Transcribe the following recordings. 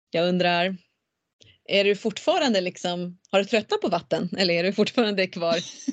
Jag undrar, är du fortfarande liksom, har du tröttnat på vatten eller är du fortfarande kvar?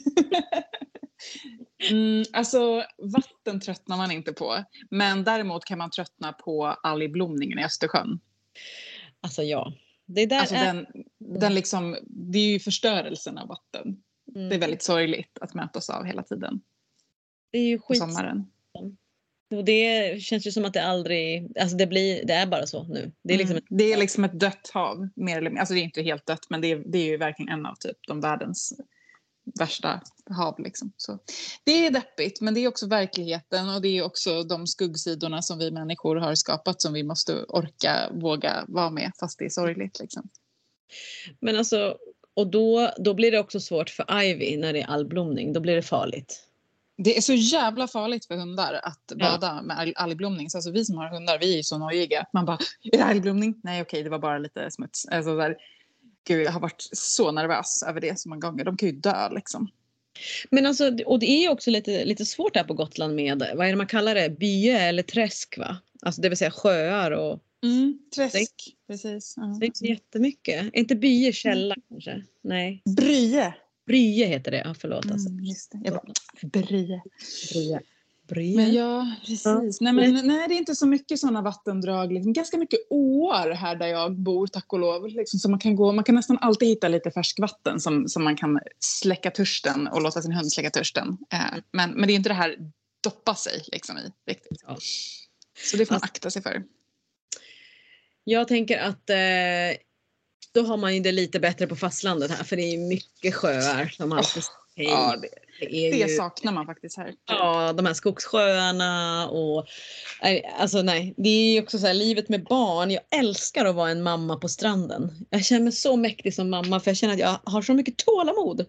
Alltså vatten tröttnar man inte på, men däremot kan man tröttna på algblomningen i Östersjön. Alltså ja, det där Alltså är... den liksom, det är ju förstörelsen av vatten. Det är väldigt sorgligt att mötas av hela tiden. Det är ju på sommaren. Och det känns ju som att det aldrig, alltså det är bara så nu. Det är liksom ett dött hav, mer eller mindre. Alltså det är inte helt dött, men det är ju verkligen en av typ de världens värsta hav liksom. Så det är deppigt, men det är också verkligheten och det är också de skuggsidorna som vi människor har skapat som vi måste orka, våga vara med, fast det är sorgligt liksom. Men alltså, och då blir det också svårt för Ivy när det är algblomning, då blir det farligt. Det är så jävla farligt för hundar att bada med algblomning. Så alltså vi som har hundar, vi är ju så nojiga. Man bara, är det algblomning? Nej okej, det var bara lite smuts. Alltså där, gud, jag har varit så nervös över det så många gånger. De kan ju dö liksom. Men alltså, och det är ju också lite svårt här på Gotland med, vad är det man kallar det? Bye eller träsk va? Alltså det vill säga sjöar och... träsk, precis. Det är inte jättemycket. Är inte bye källa kanske? Nej. Brye heter det, ja förlåt alltså. Just det. Jag bara, Brye. Men ja, precis. Nej, det är inte så mycket sådana vattendrag. Liksom. Ganska mycket åar här där jag bor, tack och lov. Liksom, så man kan nästan alltid hitta lite färskvatten som man kan släcka törsten och låta sin hund släcka törsten. Men det är inte det här doppa sig liksom, i riktigt. Ja. Så det får man akta sig för. Jag tänker att då har man ju det lite bättre på fastlandet här. För det är mycket sjöar som alltid... Ja, det saknar man faktiskt här. Ja, de här skogssjöarna och alltså nej, det är ju också så här, livet med barn. Jag älskar att vara en mamma på stranden. Jag känner mig så mäktig som mamma för jag känner att jag har så mycket tålamod.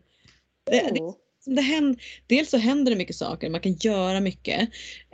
Dels så händer det mycket saker, man kan göra mycket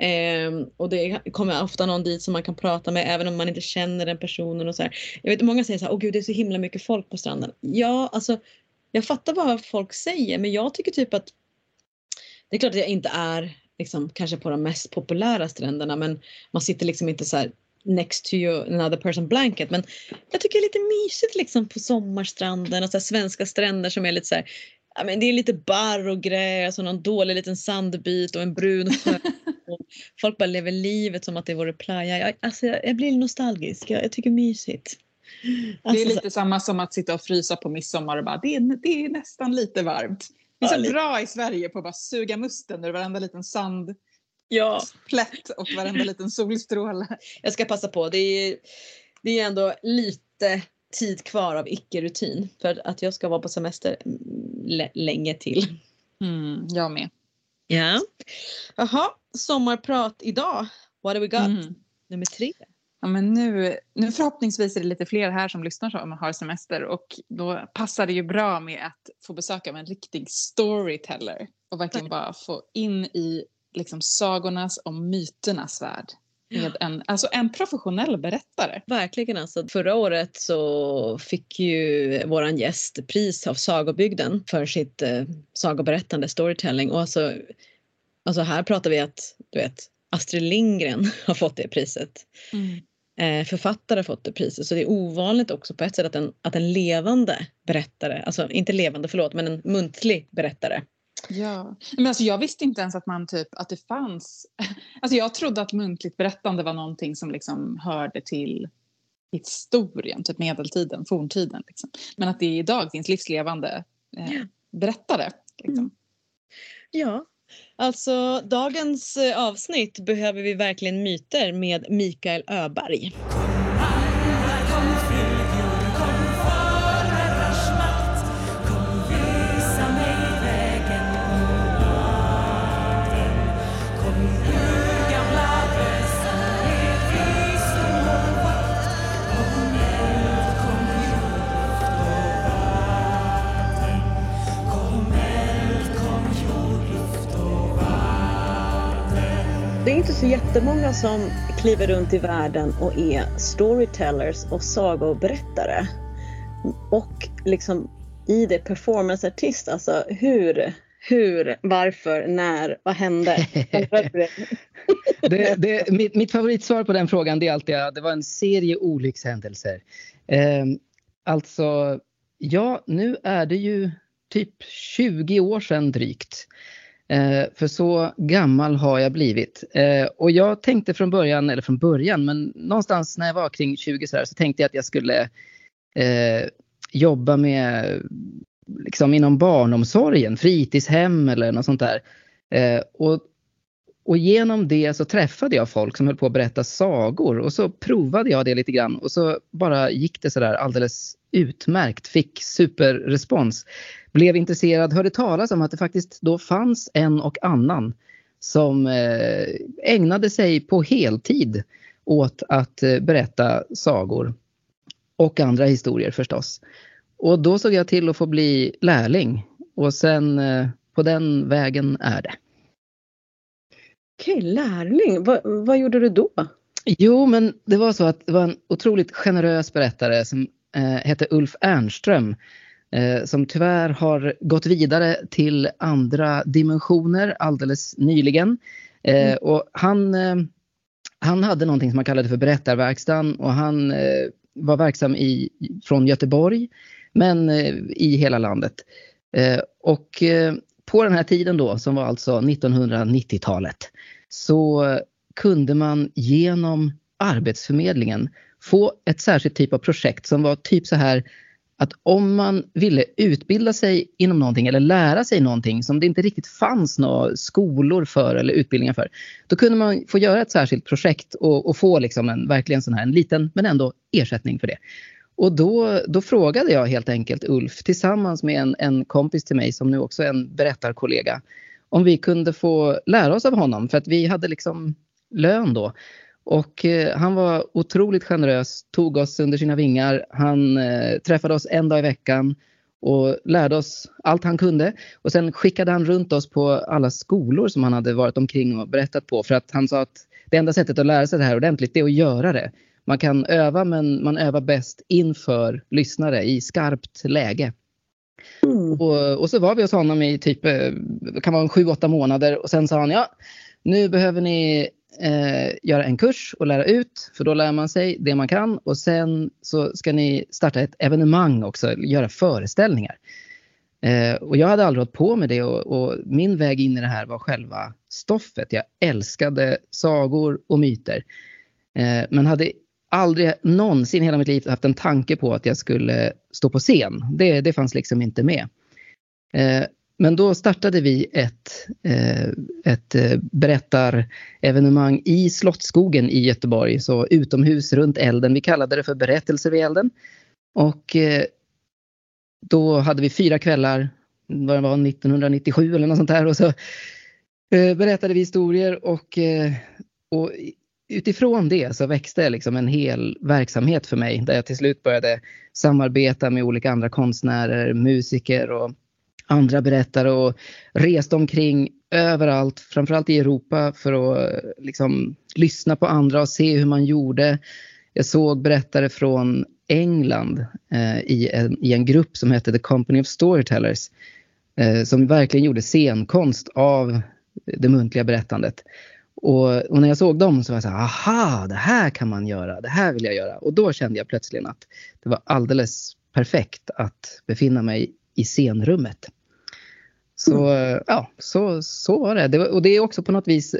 och det kommer ofta någon dit som man kan prata med även om man inte känner den personen och så här. Jag vet många säger så här, åh gud det är så himla mycket folk på stranden. Ja, alltså jag fattar vad folk säger men jag tycker typ att det är klart att jag inte är liksom, kanske på de mest populära stränderna men man sitter liksom inte så här next to another person blanket men jag tycker det är lite mysigt liksom på sommarstranden och så här, svenska stränder som är lite så här, ja, men det är lite barr och gräs och någon dålig liten sandbit och en brun sjö. Och folk bara lever livet som att det vore playa. Jag blir nostalgisk, jag tycker mysigt. Alltså, det är lite samma som att sitta och frysa på midsommar och bara, det är nästan lite varmt. Det är så bra i Sverige på att bara suga musten ur varenda liten sandplätt och varenda liten solstråle. Jag ska passa på, det är ändå lite tid kvar av icke-rutin för att jag ska vara på semester länge till. Jag med. Ja. Jaha, sommarprat idag. What do we got? Nummer 3. Ja, men nu förhoppningsvis är det lite fler här som lyssnar som har semester och då passar det ju bra med att få besöka av en riktig storyteller och verkligen bara få in i liksom sagornas och myternas värld med en professionell berättare. Verkligen alltså. Förra året så fick ju våran gäst pris av Sagobygden för sitt sagoberättande storytelling och alltså här pratar vi att du vet Astrid Lindgren har fått det priset. Författare har fått det priset. Så det är ovanligt också på ett sätt att en levande berättare, alltså inte levande förlåt, men en muntlig berättare. Ja, men alltså jag visste inte ens att det fanns, alltså jag trodde att muntligt berättande var någonting som liksom hörde till historien, typ medeltiden, forntiden liksom. Men att det idag finns livslevande berättare liksom. Ja. Alltså dagens avsnitt behöver vi verkligen myter med Mikael Öberg. Det är inte så jättemånga som kliver runt i världen och är storytellers och sagoberättare. Och liksom i det performanceartist, alltså hur Hur, varför, när, vad hände? Mitt favoritsvar på den frågan, det är alltid att det var en serie olyckshändelser. Alltså, ja, nu är det ju typ 20 år sedan drygt. För så gammal har jag blivit. Och jag tänkte från början, men någonstans när jag var kring 20 så tänkte jag att jag skulle jobba med liksom inom barnomsorgen, fritidshem eller något sånt där. Och genom det så träffade jag folk som höll på att berätta sagor, och så provade jag det lite grann, och så bara gick det så där alldeles utmärkt, fick superrespons, blev intresserad, hörde talas om att det faktiskt då fanns en och annan som ägnade sig på heltid åt att berätta sagor och andra historier förstås. Och då såg jag till att få bli lärling, och sen på den vägen är det. Okej, lärling. Vad gjorde du då? Jo, men det var så att det var en otroligt generös berättare som hette Ulf Ernström, som tyvärr har gått vidare till andra dimensioner alldeles nyligen. Och han hade någonting som man kallade för berättarverkstan, och han var verksam från Göteborg, men i hela landet. Och på den här tiden då, som var alltså 1990-talet, så kunde man genom Arbetsförmedlingen få ett särskilt typ av projekt som var typ så här, att om man ville utbilda sig inom någonting eller lära sig någonting som det inte riktigt fanns några skolor för eller utbildningar för, då kunde man få göra ett särskilt projekt och få liksom verkligen sån här, en liten men ändå ersättning för det. Och då frågade jag helt enkelt Ulf tillsammans med en kompis till mig som nu också är en berättarkollega, om vi kunde få lära oss av honom, för att vi hade liksom lön då. Och han var otroligt generös, tog oss under sina vingar. Han träffade oss en dag i veckan och lärde oss allt han kunde. Och sen skickade han runt oss på alla skolor som han hade varit omkring och berättat på. För att han sa att det enda sättet att lära sig det här ordentligt, det är att göra det. Man kan öva, men man övar bäst inför lyssnare i skarpt läge. Och så var vi hos honom i typ, kan vara 7-8 månader. Och sen sa han, ja, nu behöver ni göra en kurs och lära ut, för då lär man sig det man kan, och sen så ska ni starta ett evenemang också, göra föreställningar. Och jag hade aldrig hållit på med det, och min väg in i det här var själva stoffet. Jag älskade sagor och myter, men hade aldrig någonsin i hela mitt liv haft en tanke på att jag skulle stå på scen. Det fanns liksom inte med. Men då startade vi ett berättarevenemang i Slottsskogen i Göteborg, så utomhus runt elden. Vi kallade det för Berättelser vid elden. Och då hade vi 4 kvällar, vad det var 1997 eller något sånt här, och så berättade vi historier, och utifrån det så växte liksom en hel verksamhet för mig, där jag till slut började samarbeta med olika andra konstnärer, musiker och andra berättare, och reste omkring överallt, framförallt i Europa, för att liksom lyssna på andra och se hur man gjorde. Jag såg berättare från England i en grupp som hette The Company of Storytellers, som verkligen gjorde scenkonst av det muntliga berättandet. Och när jag såg dem så var jag så här, aha, det här kan man göra, det här vill jag göra. Och då kände jag plötsligt att det var alldeles perfekt att befinna mig i scenrummet. Så ja, så var det. Och det är också på något vis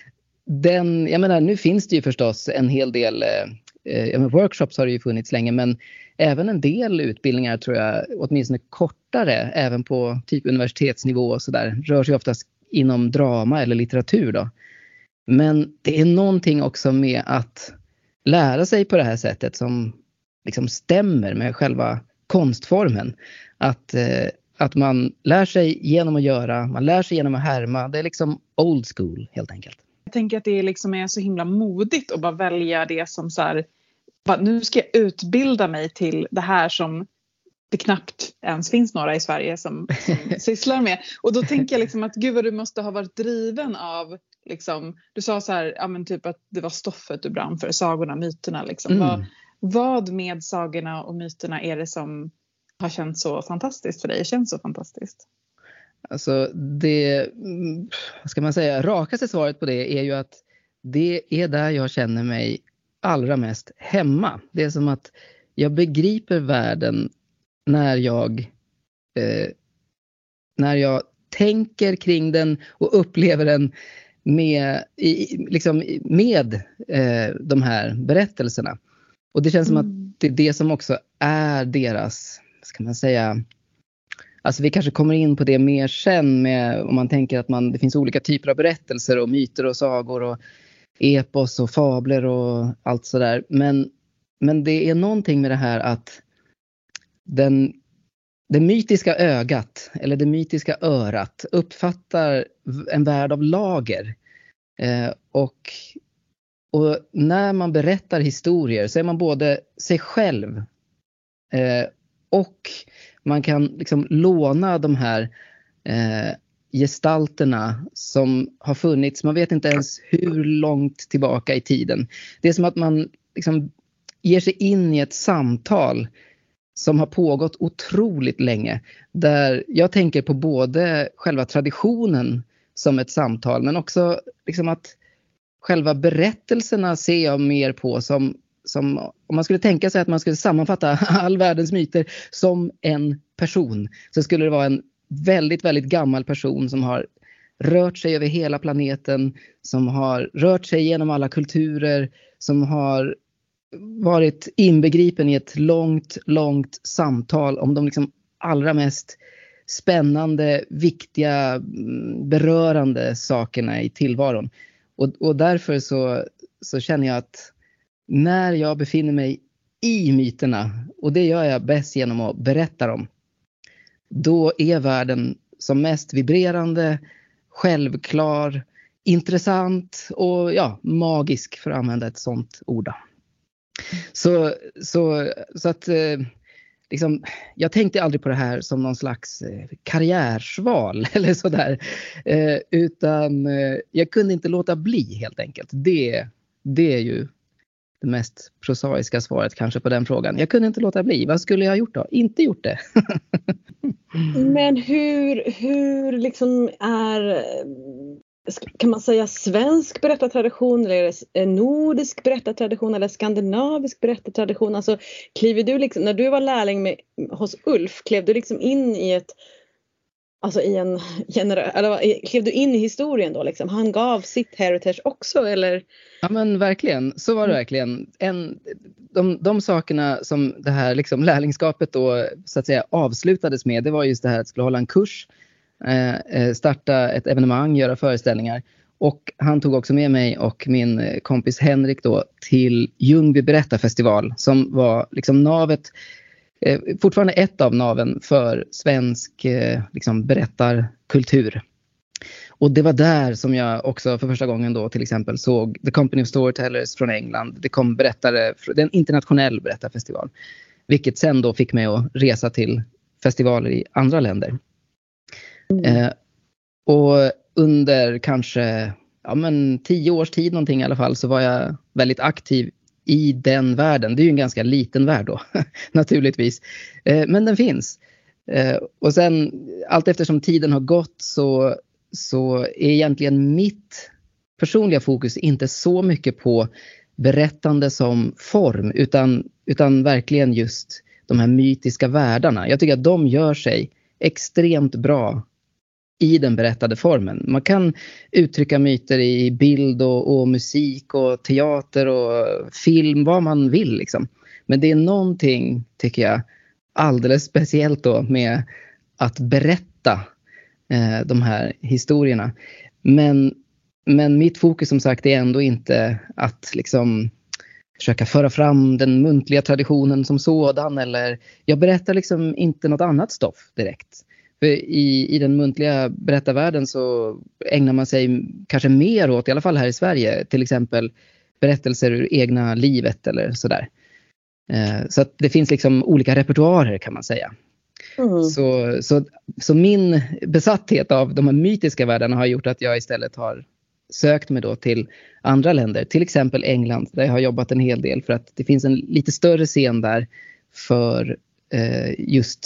jag menar, nu finns det ju förstås en hel del workshops har det ju funnits länge, men även en del utbildningar tror jag, åtminstone kortare, även på typ universitetsnivå och sådär, rör sig oftast inom drama eller litteratur då. Men det är någonting också med att lära sig på det här sättet som liksom stämmer med själva konstformen. Att man lär sig genom att göra, man lär sig genom att härma. Det är liksom old school helt enkelt. Jag tänker att det liksom är så himla modigt att bara välja det som så här, nu ska jag utbilda mig till det här som det knappt ens finns några i Sverige som sysslar med. Och då tänker jag liksom att gud vad du måste ha varit driven av liksom, du sa så här, ja men typ att det var stoffet du brann för, sagorna, myterna liksom. Vad med sagorna och myterna är det som har känts så fantastiskt för dig, känns så fantastiskt? Alltså det, vad ska man säga, rakaste svaret på det är ju att det är där jag känner mig allra mest hemma. Det är som att jag begriper världen när jag tänker kring den och upplever den med de här berättelserna. Och det känns som att det är det som också är deras, ska man säga, alltså vi kanske kommer in på det mer sen med, om man tänker att det finns olika typer av berättelser och myter och sagor och epos och fabler och allt sådär. Men det är någonting med det här att det mytiska ögat eller det mytiska örat uppfattar en värld av lager. Och när man berättar historier så är man både sig själv och man kan liksom låna de här gestalterna som har funnits. Man vet inte ens hur långt tillbaka i tiden. Det är som att man liksom ger sig in i ett samtal som har pågått otroligt länge. Där jag tänker på både själva traditionen som ett samtal, men också liksom att själva berättelserna ser jag mer på som om man skulle tänka sig att man skulle sammanfatta all världens myter som en person, så skulle det vara en väldigt, väldigt gammal person som har rört sig över hela planeten, som har rört sig genom alla kulturer, som har varit inbegripen i ett långt, långt samtal om de liksom allra mest spännande, viktiga, berörande sakerna i tillvaron. Och därför så känner jag att när jag befinner mig i myterna, och det gör jag bäst genom att berätta dem, då är världen som mest vibrerande, självklar, intressant och magisk, för att använda ett sånt ord. Så att liksom, jag tänkte aldrig på det här som någon slags karriärsval eller sådär, utan jag kunde inte låta bli helt enkelt. Det är ju det mest prosaiska svaret kanske på den frågan. Jag kunde inte låta bli. Vad skulle jag ha gjort då? Inte gjort det. Men hur liksom är, kan man säga, svensk berättartradition, eller är det nordisk berättartradition eller skandinavisk berättartradition? Alltså kliver du liksom, när du var lärling hos Ulf, klev du liksom in i ett, alltså i en klev du in i historien då liksom? Han gav sitt heritage också, eller? Ja, men verkligen, så var det verkligen. De sakerna som det här liksom lärlingskapet då så att säga avslutades med, det var just det här att skulle hålla en kurs, starta ett evenemang, göra föreställningar. Och han tog också med mig och min kompis Henrik då till Ljungby berättarfestival, som var liksom navet, fortfarande ett av naven för svensk liksom berättarkultur. Och det var där som jag också för första gången då till exempel såg The Company of Storytellers från England. Det kom berättare, det är en internationell berättarfestival, vilket sen då fick mig att resa till festivaler i andra länder. Och under kanske 10 års tid någonting i alla fall, så var jag väldigt aktiv i den världen. Det är ju en ganska liten värld då, naturligtvis. Men den finns. Och sen allt eftersom tiden har gått så är egentligen mitt personliga fokus inte så mycket på berättande som form, utan verkligen just de här mytiska världarna. Jag tycker att de gör sig extremt bra i den berättade formen. Man kan uttrycka myter i bild och musik och teater och film, vad man vill liksom. Men det är någonting, tycker jag, alldeles speciellt då med att berätta de här historierna. Men mitt fokus som sagt är ändå inte att liksom försöka föra fram den muntliga traditionen som sådan, eller jag berättar liksom inte något annat stoff direkt. För i den muntliga berättarvärlden så ägnar man sig kanske mer åt, i alla fall här i Sverige, till exempel berättelser ur egna livet eller sådär. Så att det finns liksom olika repertoarer, kan man säga. Så min besatthet av de här mytiska världarna har gjort att jag istället har sökt mig då till andra länder, till exempel England, där jag har jobbat en hel del, för att det finns en lite större scen där för just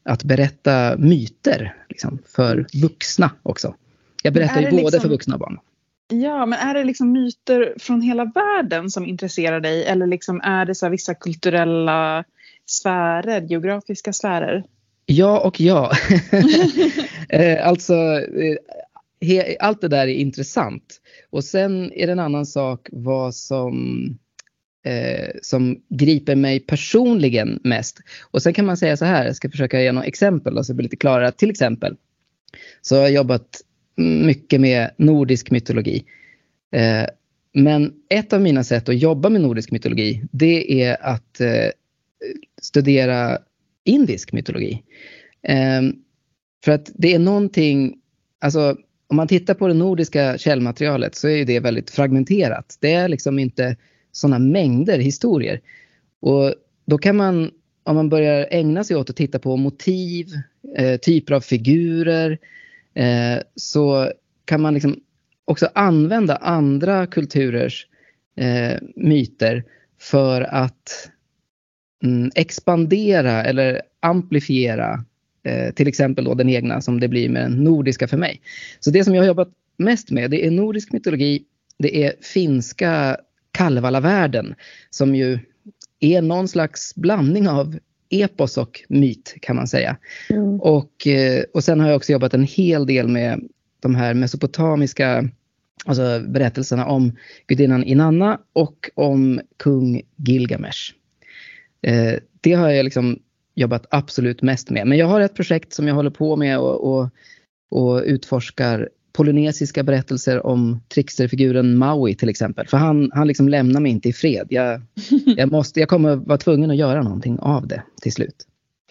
att berätta myter liksom, för vuxna också. Jag berättar ju både liksom, för vuxna och barn. Ja, men är det liksom myter från hela världen som intresserar dig? Eller liksom är det så här vissa kulturella sfärer, geografiska sfärer? Ja och ja. Alltså, allt det där är intressant. Och sen är det en annan sak vad som griper mig personligen mest. Och sen kan man säga så här, jag ska försöka ge några exempel så det blir lite klarare. Till exempel så har jag jobbat mycket med nordisk mytologi. Men ett av mina sätt att jobba med nordisk mytologi, det är att studera indisk mytologi. För att det är någonting, alltså om man tittar på det nordiska källmaterialet så är det väldigt fragmenterat. Det är liksom inte sådana mängder historier. Och då kan man, om man börjar ägna sig åt att titta på motiv, typer av figurer, så kan man liksom också använda andra kulturers myter för att expandera eller amplifiera till exempel då den egna, som det blir med den nordiska för mig. Så det som jag har jobbat mest med, det är nordisk mytologi, det är finska Kalevala-världen, som ju är någon slags blandning av epos och myt kan man säga. Och sen har jag också jobbat en hel del med de här mesopotamiska, alltså berättelserna om gudinnan Inanna och om kung Gilgamesh. Det har jag liksom jobbat absolut mest med. Men jag har ett projekt som jag håller på med och utforskar polynesiska berättelser om tricksterfiguren Maui till exempel. För han liksom lämnar mig inte i fred. Jag kommer vara tvungen att göra någonting av det till slut.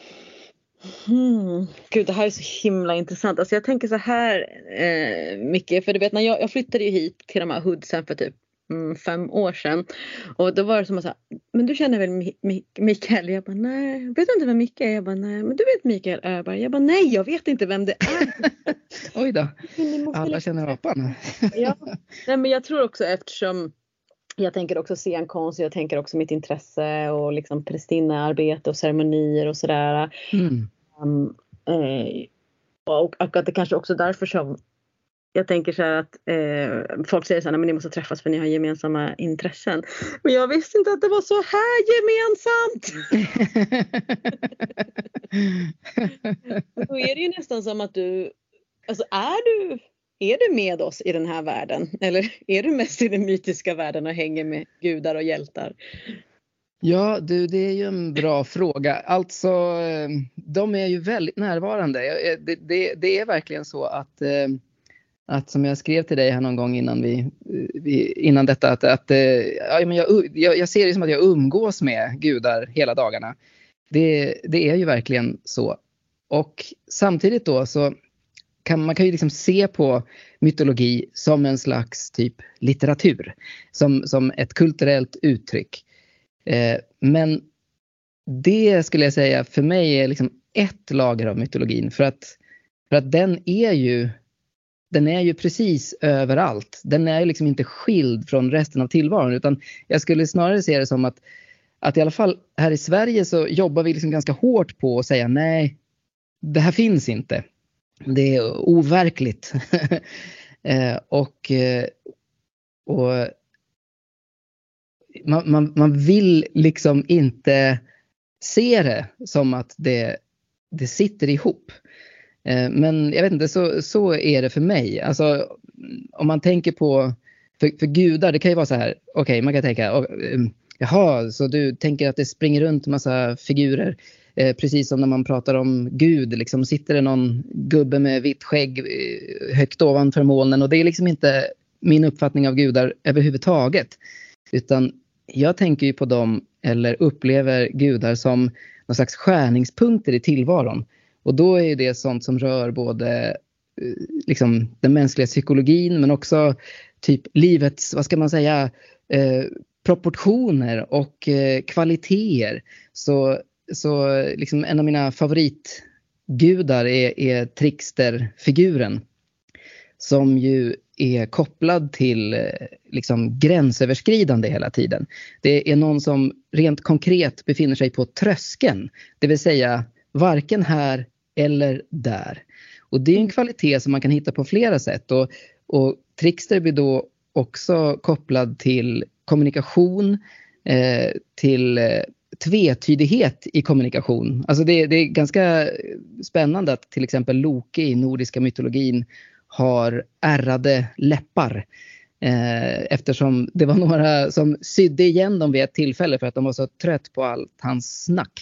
Gud, det här är så himla intressant. Alltså jag tänker så här mycket, för du vet när jag flyttade ju hit till de här hoodsen för typ 5 år sedan. Och då var det som att säga, men du känner väl Mikael? Jag bara, nej. Vet du inte vem Mikael är? Jag bara, nej. Men du vet Mikael Öberg? Jag bara, nej, jag vet inte vem det är. Oj då, alla känner apan. Ja, nej, men jag tror också eftersom jag tänker också scenkonst, jag tänker också mitt intresse och liksom prästinnearbete och ceremonier och sådär. Och att det kanske också därför som jag tänker så här att folk säger så här, men ni måste träffas för ni har gemensamma intressen. Men jag visste inte att det var så här gemensamt. Då är det ju nästan som att du, alltså är du med oss i den här världen? Eller är du mest i den mytiska världen och hänger med gudar och hjältar? Ja, det är ju en bra fråga. Alltså, de är ju väldigt närvarande. Det är verkligen så att som jag skrev till dig här någon gång innan detta, att jag ser det som att jag umgås med gudar hela dagarna. Det är ju verkligen så. Och samtidigt då så man kan ju liksom se på mytologi som en slags typ litteratur. Som ett kulturellt uttryck. Men det skulle jag säga för mig är liksom ett lager av mytologin. För att den är ju precis överallt. Den är liksom inte skild från resten av tillvaron. Utan jag skulle snarare se det som att i alla fall här i Sverige så jobbar vi liksom ganska hårt på att säga nej, det här finns inte. Det är overkligt. och man vill liksom inte se det som att det sitter ihop. Men jag vet inte, så är det för mig. Alltså om man tänker på för gudar, det kan ju vara så här. Okej, man kan tänka, jaha, så du tänker att det springer runt en massa figurer. Precis som när man pratar om Gud, liksom sitter det någon gubbe med vitt skägg högt ovanför molnen. Och det är liksom inte min uppfattning av gudar överhuvudtaget. Utan jag tänker ju på dem, eller upplever gudar som någon slags skärningspunkter i tillvaron. Och då är det sånt som rör både liksom den mänskliga psykologin, men också typ livets, vad ska man säga, proportioner och kvaliteter. Så liksom en av mina favoritgudar är tricksterfiguren, som ju är kopplad till liksom gränsöverskridande hela tiden. Det är någon som rent konkret befinner sig på tröskeln. Det vill säga varken här eller där. Och det är en kvalitet som man kan hitta på flera sätt. Och trickster blir då också kopplad till kommunikation, till tvetydighet i kommunikation. Alltså det är ganska spännande att till exempel Loke i nordiska mytologin har ärrade läppar. Eftersom det var några som sydde igen dem vid ett tillfälle för att de var så trött på allt hans snack.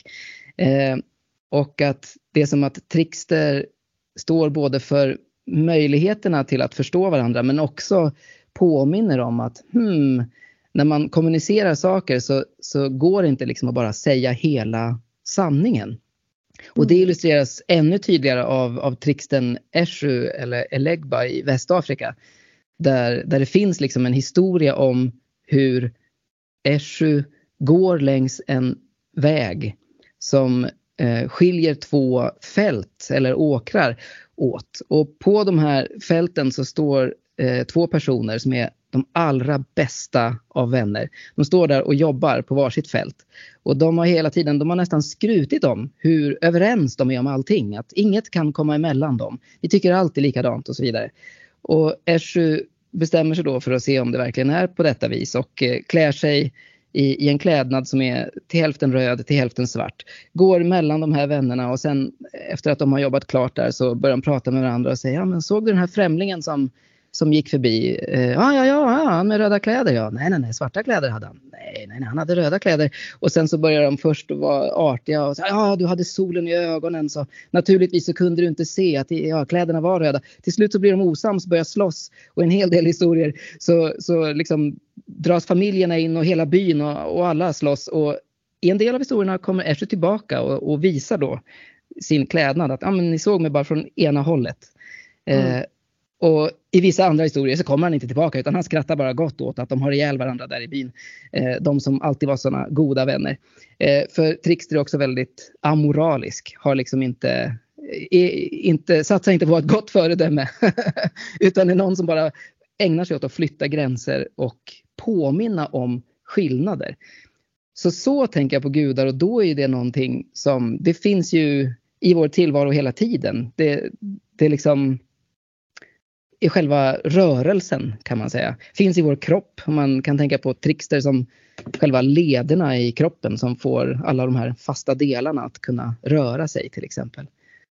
Och att det är som att trickster står både för möjligheterna till att förstå varandra men också påminner om att när man kommunicerar saker så går det inte liksom att bara säga hela sanningen. Och det illustreras ännu tydligare av tricksten Eshu eller Elegba i Västafrika. Där det finns liksom en historia om hur Eshu går längs en väg som skiljer två fält eller åkrar åt. Och på de här fälten så står två personer som är de allra bästa av vänner. De står där och jobbar på varsitt fält. Och de har nästan skrutit om hur överens de är om allting. Att inget kan komma emellan dem. Vi tycker alltid likadant och så vidare. Och Eshu bestämmer sig då för att se om det verkligen är på detta vis. Och klär sig i en klädnad som är till hälften röd, till hälften svart. Går mellan de här vännerna och sen efter att de har jobbat klart där så börjar de prata med varandra och säga, ja men såg du den här främlingen som gick förbi? Ja, med röda kläder. Ja, nej, svarta kläder hade han. Nej, han hade röda kläder. Och sen så börjar de först vara artiga och säga, ja, du hade solen i ögonen. Så naturligtvis så kunde du inte se att kläderna var röda. Till slut så blir de osams, börjar slåss. Och en hel del historier så liksom dras familjerna in och hela byn och alla slåss. Och i en del av historierna kommer Eshu tillbaka och visar då sin klädnad. Att men ni såg mig bara från ena hållet. Och i vissa andra historier så kommer han inte tillbaka utan han skrattar bara gott åt att de har ihjäl varandra där i byn. De som alltid var såna goda vänner. För trickster är också väldigt amoralisk. Har liksom inte satsar inte på ett gott föredöme. Utan är någon som bara ägnar sig åt att flytta gränser och påminna om skillnader. Så tänker jag på gudar och då är det någonting som det finns ju i vår tillvaro hela tiden. Det liksom i själva rörelsen kan man säga. Finns i vår kropp. Man kan tänka på trickster som själva lederna i kroppen som får alla de här fasta delarna att kunna röra sig till exempel.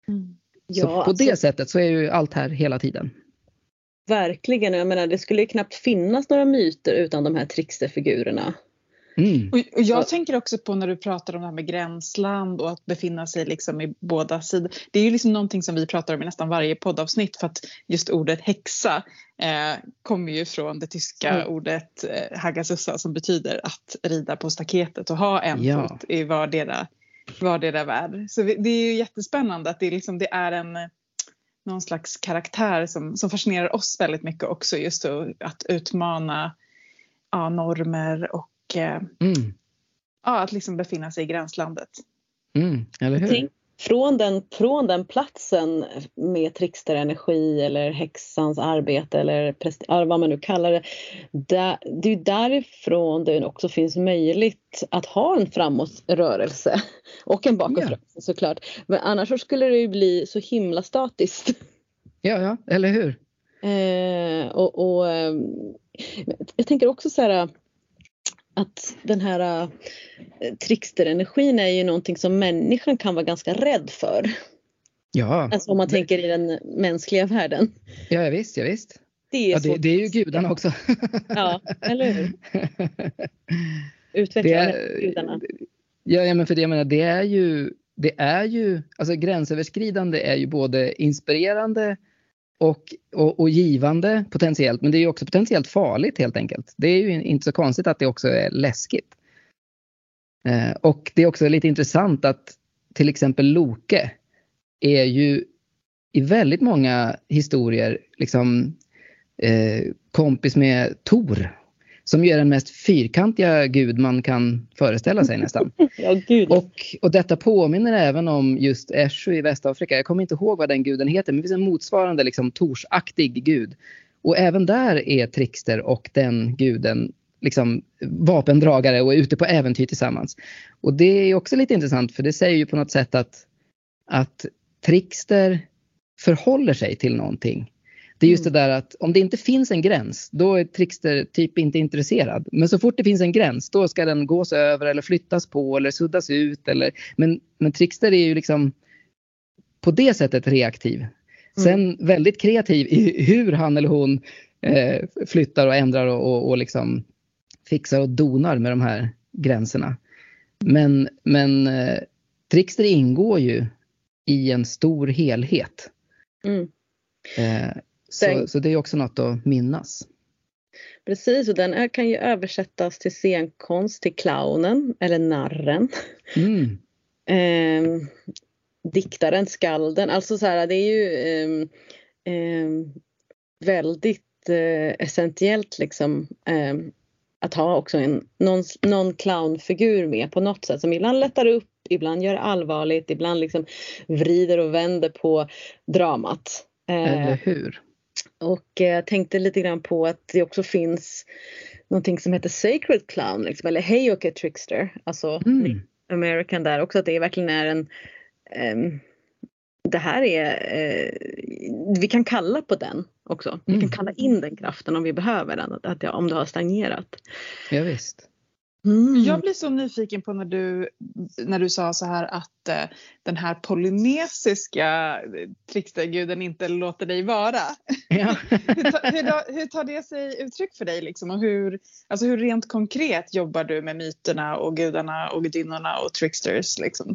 Så på det sättet så är ju allt här hela tiden. Verkligen, jag menar det skulle ju knappt finnas några myter utan de här tricksterfigurerna. Och jag tänker också på när du pratar om det här med gränsland och att befinna sig liksom i båda sidor. Det är ju liksom någonting som vi pratar om i nästan varje poddavsnitt för att just ordet häxa kommer ju från det tyska ordet hagasussa som betyder att rida på staketet och ha en fot i vardera värld. Så det är ju jättespännande att det är någon slags karaktär som fascinerar oss väldigt mycket också just att utmana normer och att liksom befinna sig i gränslandet. Eller hur? Från den platsen med tricksterenergi eller häxans arbete eller vad man nu kallar det. Det är därifrån det också finns möjligt att ha en framåtrörelse och en bakåtrörelse såklart. Men annars så skulle det ju bli så himla statiskt. Ja, eller hur? Jag tänker också så här att den här tricksterenergin är ju någonting som människan kan vara ganska rädd för. Ja. Alltså om man tänker i den mänskliga världen. Ja visst. Det är ju gudarna också. Ja, eller hur? Utveckla gudarna. Ja, men för det jag menar, det är ju alltså gränsöverskridande är ju både inspirerande och givande potentiellt, men det är ju också potentiellt farligt helt enkelt. Det är ju inte så konstigt att det också är läskigt. Och det är också lite intressant att till exempel Loke är ju i väldigt många historier liksom kompis med Tor, som ju är den mest fyrkantiga gud man kan föreställa sig nästan. Ja, gud. Och detta påminner även om just Eshu i Västafrika. Jag kommer inte ihåg vad den guden heter, men det finns en motsvarande liksom torsaktig gud. Och även där är trickster och den guden liksom vapendragare och är ute på äventyr tillsammans. Och det är också lite intressant för det säger ju på något sätt att att Trickster förhåller sig till någonting. Det är just det där att om det inte finns en gräns, då är Trickster typ inte intresserad. Men så fort det finns en gräns, då ska den gås över eller flyttas på eller suddas ut. Men Trickster är ju liksom på det sättet reaktiv. Sen väldigt kreativ i hur han eller hon flyttar och ändrar och liksom fixar och donar med de här gränserna. Men Trickster ingår ju i en stor helhet. Så det är också något att minnas. Precis, och den kan ju översättas till scenkonst, till clownen eller narren. Diktaren, skalden. Alltså så här, det är ju väldigt essentiellt liksom att ha också någon clownfigur med på något sätt som ibland lättar upp, ibland gör allvarligt, ibland liksom vrider och vänder på dramat. Eller hur? Och jag tänkte lite grann på att det också finns någonting som heter Sacred Clown liksom, eller Heyoke Trickster, alltså American där också, att det verkligen är en det här är vi kan kalla på den också. Vi kan kalla in den kraften om vi behöver den, om det har stagnerat. Ja, visst. Jag blir så nyfiken på när du sa så här att den här polynesiska tricksterguden inte låter dig vara. Ja. hur tar det sig uttryck för dig liksom? Och hur rent konkret jobbar du med myterna och gudarna och gudinnorna och tricksters liksom?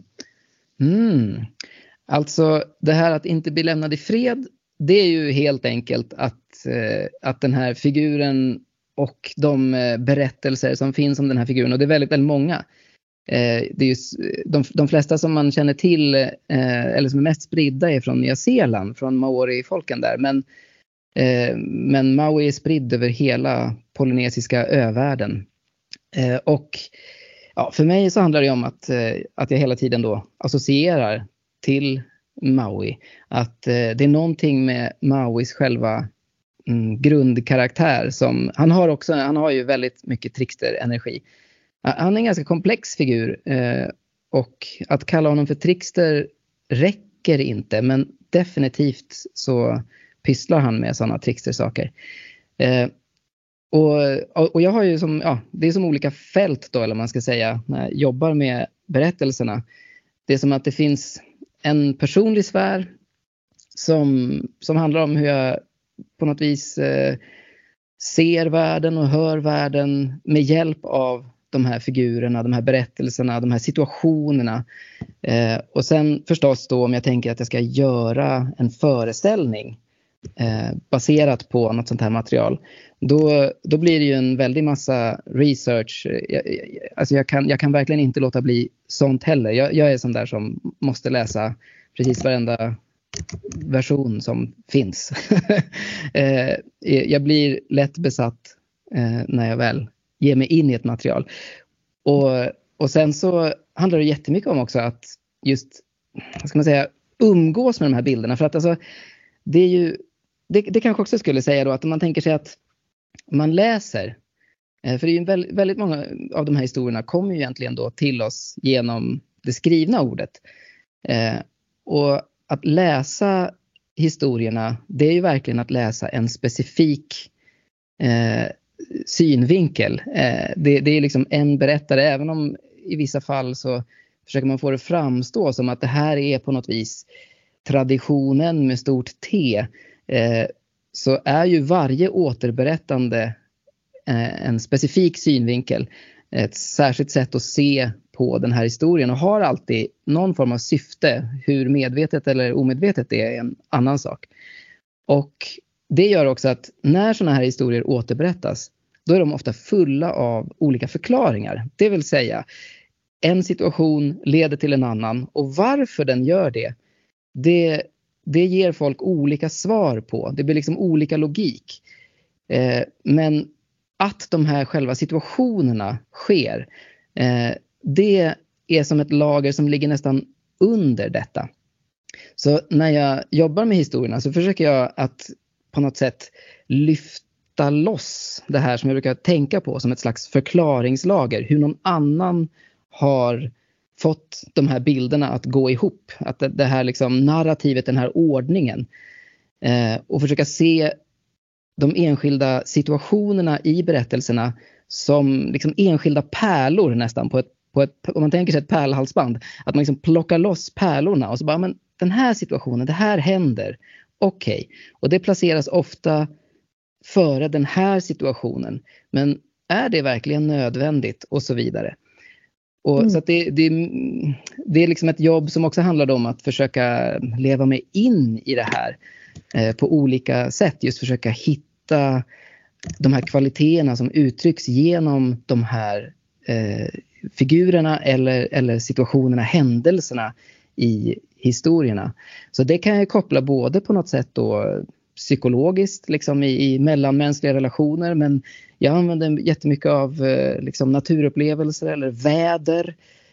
Alltså det här att inte bli lämnad i fred, det är ju helt enkelt att den här figuren och de berättelser som finns om den här figuren, och det är väldigt, väldigt många. Det är ju de flesta som man känner till eller som är mest spridda är från Nya Zeeland, från Maori-folken där. Men Maui är spridd över hela polynesiska övärlden. Och ja, för mig så handlar det om att jag hela tiden då associerar till Maui. Att det är någonting med Mauis själva grundkaraktär som han har ju väldigt mycket trickster-energi. Han är en ganska komplex figur och att kalla honom för trickster räcker inte, men definitivt så pysslar han med sådana trickster-saker. Och jag har ju det är som olika fält då, eller man ska säga, när jag jobbar med berättelserna. Det är som att det finns en personlig sfär som handlar om hur jag på något vis ser världen och hör världen med hjälp av de här figurerna, de här berättelserna, de här situationerna. Och sen förstås då om jag tänker att jag ska göra en föreställning baserat på något sånt här material, då blir det ju en väldig massa research. Alltså jag kan verkligen inte låta bli sånt heller. Jag är sån där som måste läsa precis varenda version som finns. Jag blir lätt besatt när jag väl ger mig in i ett material. Och sen så handlar det jättemycket om också att just, vad ska man säga, umgås med de här bilderna. För att alltså, det är ju, det kanske också skulle säga då att om man tänker sig att man läser, för det är ju väldigt många av de här historierna kommer ju egentligen då till oss genom det skrivna ordet. Och att läsa historierna, det är ju verkligen att läsa en specifik synvinkel. Det är liksom en berättare, även om i vissa fall så försöker man få det framstå som att det här är på något vis traditionen med stort T. Så är ju varje återberättande en specifik synvinkel, ett särskilt sätt att se på den här historien, och har alltid någon form av syfte. Hur medvetet eller omedvetet det är en annan sak. Och det gör också att när sådana här historier återberättas, då är de ofta fulla av olika förklaringar. Det vill säga, en situation leder till en annan, och varför den gör det ger folk olika svar på. Det blir liksom olika logik. Men att de här själva situationerna sker, det är som ett lager som ligger nästan under detta. Så när jag jobbar med historierna så försöker jag att på något sätt lyfta loss det här som jag brukar tänka på som ett slags förklaringslager. Hur någon annan har fått de här bilderna att gå ihop. Att det här liksom narrativet, den här ordningen. Och försöka se de enskilda situationerna i berättelserna som liksom enskilda pärlor nästan på ett om man tänker sig ett pärlhalsband, att man liksom plockar loss pärlorna och så bara, men den här situationen, det här händer. Okej. Och det placeras ofta före den här situationen. Men är det verkligen nödvändigt och så vidare. Och så att det är liksom ett jobb som också handlar om att försöka leva mig in i det här på olika sätt. Just försöka hitta de här kvaliteterna som uttrycks genom de här figurerna eller situationerna, händelserna i historierna. Så det kan jag koppla både på något sätt då psykologiskt liksom i mellanmänskliga relationer, men jag använder jättemycket av liksom naturupplevelser eller väder,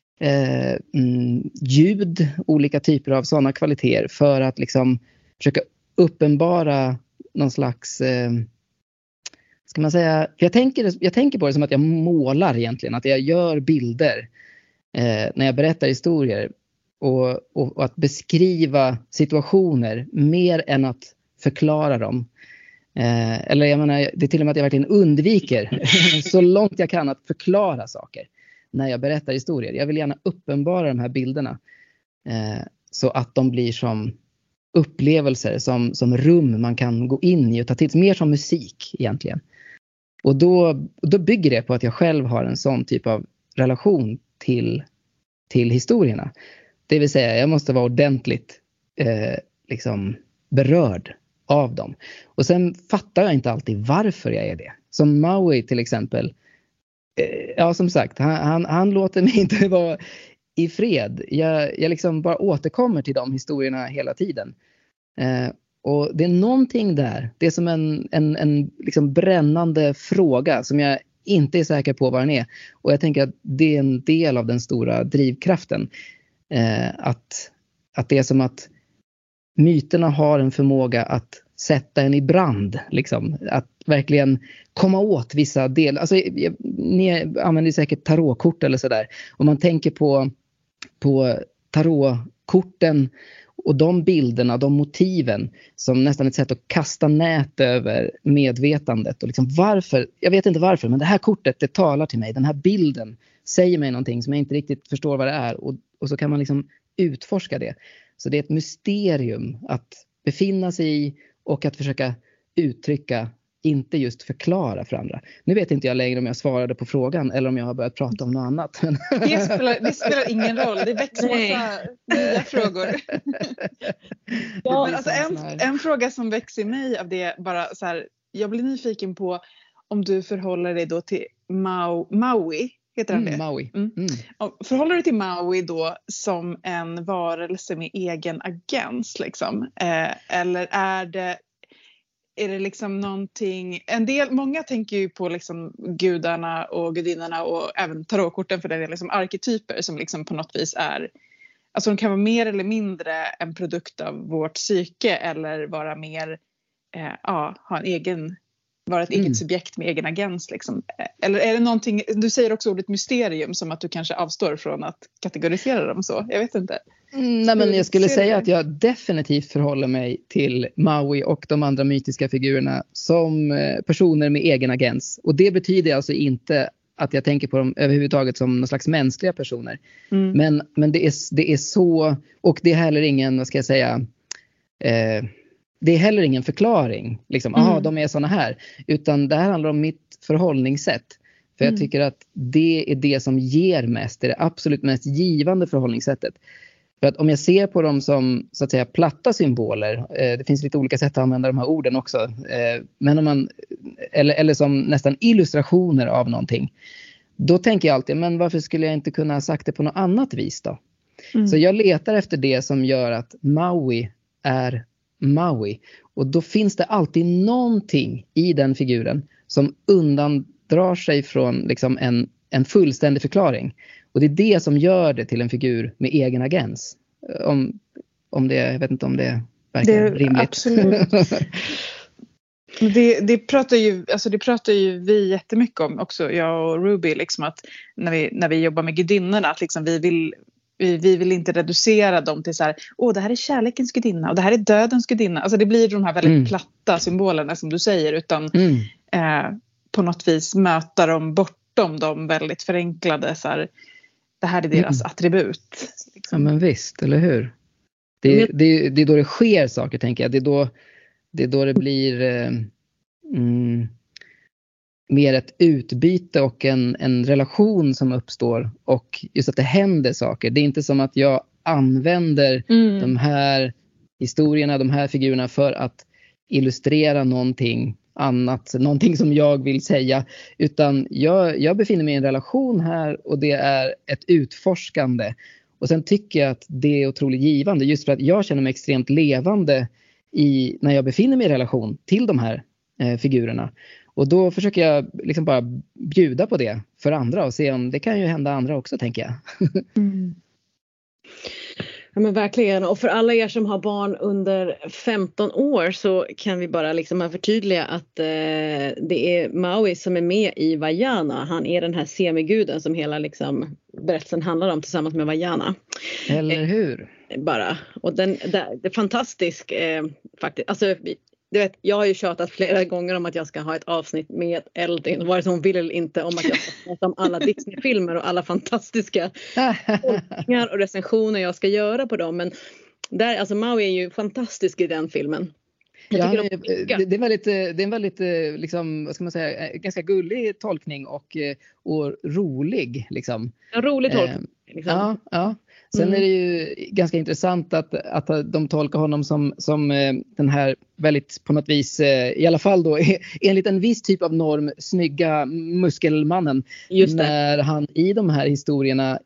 ljud, olika typer av sådana kvaliteter för att liksom försöka uppenbara någon slags ska man säga, för jag tänker på det som att jag målar egentligen, att jag gör bilder när jag berättar historier och att beskriva situationer mer än att förklara dem. Eller jag menar, det är till och med att jag verkligen undviker så långt jag kan att förklara saker när jag berättar historier. Jag vill gärna uppenbara de här bilderna så att de blir som upplevelser, som rum man kan gå in i och ta till, mer som musik egentligen. Och då bygger det på att jag själv har en sån typ av relation till historierna. Det vill säga, jag måste vara ordentligt liksom berörd av dem. Och sen fattar jag inte alltid varför jag är det. Som Maui till exempel. Ja, som sagt, han låter mig inte vara i fred. Jag liksom bara återkommer till de historierna hela tiden. Och det är någonting där. Det är som en liksom brännande fråga som jag inte är säker på vad den är. Och jag tänker att det är en del av den stora drivkraften. Att det är som att myterna har en förmåga att sätta en i brand. Liksom. Att verkligen komma åt vissa delar. Alltså, ni använder säkert tarotkort eller sådär. Om man tänker på tarotkorten och de bilderna, de motiven som nästan ett sätt att kasta nät över medvetandet. Och liksom varför, jag vet inte varför, men det här kortet, det talar till mig. Den här bilden säger mig någonting som jag inte riktigt förstår vad det är. Och så kan man liksom utforska det. Så det är ett mysterium att befinna sig i och att försöka uttrycka, inte just förklara för andra. Nu vet inte jag längre om jag svarade på frågan eller om jag har börjat prata om något annat. Det spelar ingen roll. Det växer massa nya frågor. Men alltså en fråga som växer i mig av det, bara så här, jag blir nyfiken på om du förhåller dig då till Maui. Heter han det? Maui. Förhåller du dig till Maui då som en varelse med egen agens liksom? Eller är det liksom någonting, många tänker ju på liksom gudarna och gudinnorna och även tarotkorten för det är liksom arketyper som liksom på något vis är, alltså de kan vara mer eller mindre en produkt av vårt psyke eller vara mer, ha en egen, vara ett eget subjekt med egen agens liksom. Eller är det någonting, du säger också ordet mysterium som att du kanske avstår från att kategorisera dem så, jag vet inte. Nej, men jag skulle säga att jag definitivt förhåller mig till Maui och de andra mytiska figurerna som personer med egen agens. Och det betyder alltså inte att jag tänker på dem överhuvudtaget som någon slags mänskliga personer. Men det är så, och det är heller ingen, vad ska jag säga, det är heller ingen förklaring. Liksom, de är såna här. Utan det här handlar om mitt förhållningssätt. För jag tycker att det är det som ger mest. Det är det absolut mest givande förhållningssättet. För att om jag ser på dem som så att säga platta symboler, det finns lite olika sätt att använda de här orden också, men om man, eller som nästan illustrationer av någonting, då tänker jag alltid, men varför skulle jag inte kunna ha sagt det på något annat vis då? Så jag letar efter det som gör att Maui är Maui, och då finns det alltid någonting i den figuren som undandrar sig från liksom en fullständig förklaring. Och det är det som gör det till en figur med egen agens. Om det, jag vet inte om det verkar rimligt. Absolut. Det pratar ju vi jättemycket om också, jag och Ruby, liksom att när vi jobbar med gudinnorna, att liksom vi vill vi vill inte reducera dem till så här, det här är kärlekens gudinna och det här är dödens gudinna. Alltså det blir de här väldigt platta symbolerna som du säger, utan på något vis möta dem bortom de väldigt förenklade så här, det här är deras attribut. Liksom. Ja men visst, eller hur? Det är då det sker saker, tänker jag. Det är då det blir mer ett utbyte och en relation som uppstår. Och just att det händer saker. Det är inte som att jag använder de här historierna, de här figurerna för att illustrera någonting annat, någonting som jag vill säga, utan jag befinner mig i en relation här och det är ett utforskande. Och sen tycker jag att det är otroligt givande, just för att jag känner mig extremt levande när jag befinner mig i relation till de här figurerna. Och då försöker jag liksom bara bjuda på det för andra och se om det kan ju hända andra också, tänker jag. Ja men verkligen, och för alla er som har barn under 15 år så kan vi bara liksom förtydliga att det är Maui som är med i Vajana. Han är den här semiguden som hela liksom berättelsen handlar om tillsammans med Vajana. Eller hur? Bara, och det är fantastisk faktiskt, alltså du vet, jag har ju tjatat flera gånger om att jag ska ha ett avsnitt med Eldin, vare sig hon vill eller inte, om att jag ska prata om alla Disney-filmer och alla fantastiska tolkningar och recensioner jag ska göra på dem. Men där, alltså Maui är ju fantastisk i den filmen. Det är en väldigt liksom, vad ska man säga, ganska gullig tolkning och rolig liksom. En rolig tolkning. Liksom. Ja. Sen är det ju ganska intressant att de tolkar honom som den här väldigt på något vis, i alla fall då enligt en viss typ av norm, snygga muskelmannen. Just det. När han i de här historierna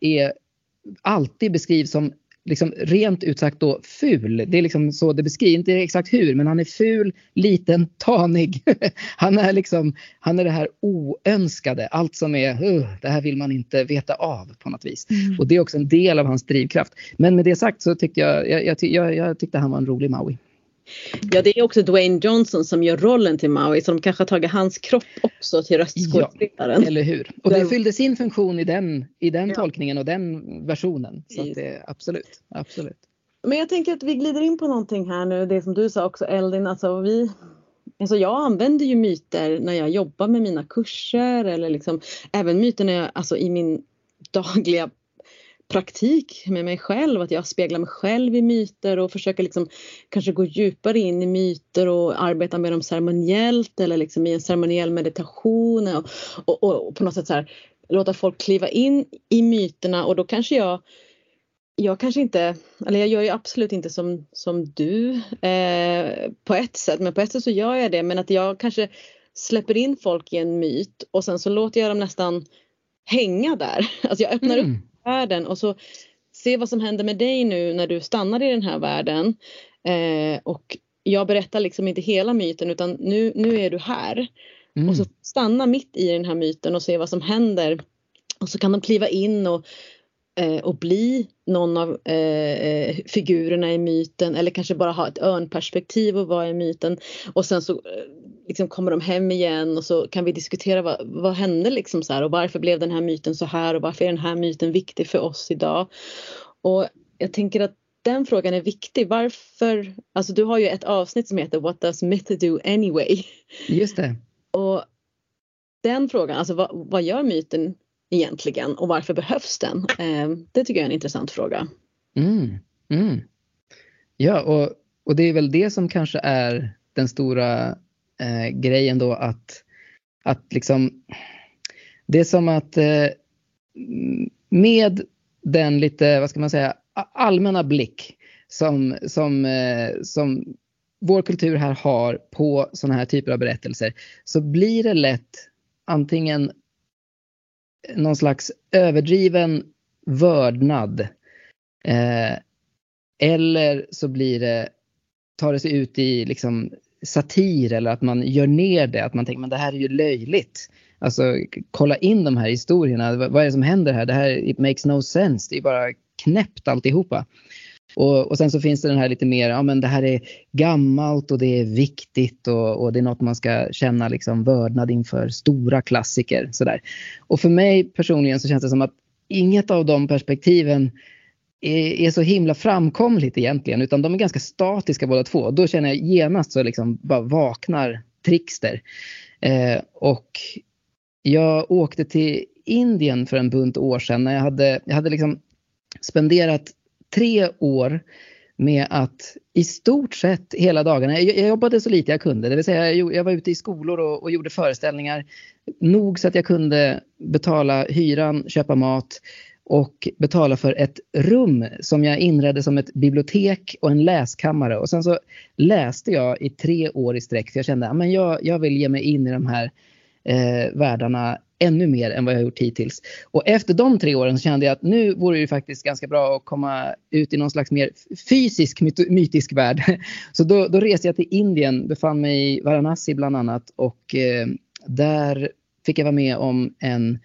alltid beskrivs som liksom rent utsagt då ful. Det är liksom så det beskrivs, inte exakt hur, men han är ful, liten, tanig. Han är det här oönskade, allt som är det här vill man inte veta av på något vis. Och det är också en del av hans drivkraft. Men med det sagt så tyckte jag tyckte han var en rolig Maui. Ja, det är också Dwayne Johnson som gör rollen till Maui, så de kanske har tagit hans kropp också till röstskådespelaren. Ja, eller hur? Och det fyllde sin funktion i den tolkningen och den versionen. Så att det, absolut. Men jag tänker att vi glider in på någonting här nu, det som du sa också, Eldin, alltså jag använder ju myter när jag jobbar med mina kurser, eller liksom även myter när jag, alltså i min dagliga praktik med mig själv, att jag speglar mig själv i myter och försöker liksom kanske gå djupare in i myter och arbeta med dem ceremoniellt eller liksom i en ceremoniell meditation och på något sätt så här låta folk kliva in i myterna. Och då kanske jag kanske inte, eller jag gör ju absolut inte som du på ett sätt, men på ett sätt så gör jag det, men att jag kanske släpper in folk i en myt och sen så låter jag dem nästan hänga där. Alltså jag öppnar upp världen och så se vad som händer med dig nu när du stannar i den här världen, och jag berättar liksom inte hela myten, utan nu är du här och så stanna mitt i den här myten och se vad som händer, och så kan de kliva in och bli någon av figurerna i myten, eller kanske bara ha ett örnperspektiv och vara i myten, och sen så liksom kommer de hem igen och så kan vi diskutera vad hände liksom så här, och varför blev den här myten så här, och varför är den här myten viktig för oss idag. Och jag tänker att den frågan är viktig. Varför, alltså du har ju ett avsnitt som heter What does myth do anyway? Just det. Och den frågan, alltså vad gör myten egentligen och varför behövs den? Det tycker jag är en intressant fråga. Ja, och det är väl det som kanske är den stora grejen då, att liksom det är som att med den lite, vad ska man säga, allmänna blick som vår kultur här har på såna här typer av berättelser, så blir det lätt antingen någon slags överdriven vördnad, eller så tar det sig ut i liksom satir, eller att man gör ner det, att man tänker men det här är ju löjligt. Alltså kolla in de här historierna, vad är det som händer här? Det här, it makes no sense, det är bara knäppt alltihopa. Och sen så finns det den här lite mer, ja men det här är gammalt och det är viktigt och det är något man ska känna liksom vördnad inför, stora klassiker sådär. Och för mig personligen så känns det som att inget av de perspektiven är så himla framkomligt egentligen, utan de är ganska statiska båda två. Då känner jag genast så liksom bara vaknar Trickster. Och jag åkte till Indien för en bunt år sedan när jag hade liksom spenderat 3 år med att i stort sett hela dagarna, jag jobbade så lite jag kunde, det vill säga jag var ute i skolor och gjorde föreställningar nog så att jag kunde betala hyran, köpa mat och betala för ett rum som jag inredde som ett bibliotek och en läskammare. Och sen så läste jag i 3 år i sträck, för jag kände att jag vill ge mig in i de här världarna ännu mer än vad jag har gjort hittills. Och efter de 3 åren så kände jag att nu vore det faktiskt ganska bra att komma ut i någon slags mer fysisk mytisk värld. Så då reste jag till Indien, befann mig i Varanasi bland annat, och där fick jag vara med om en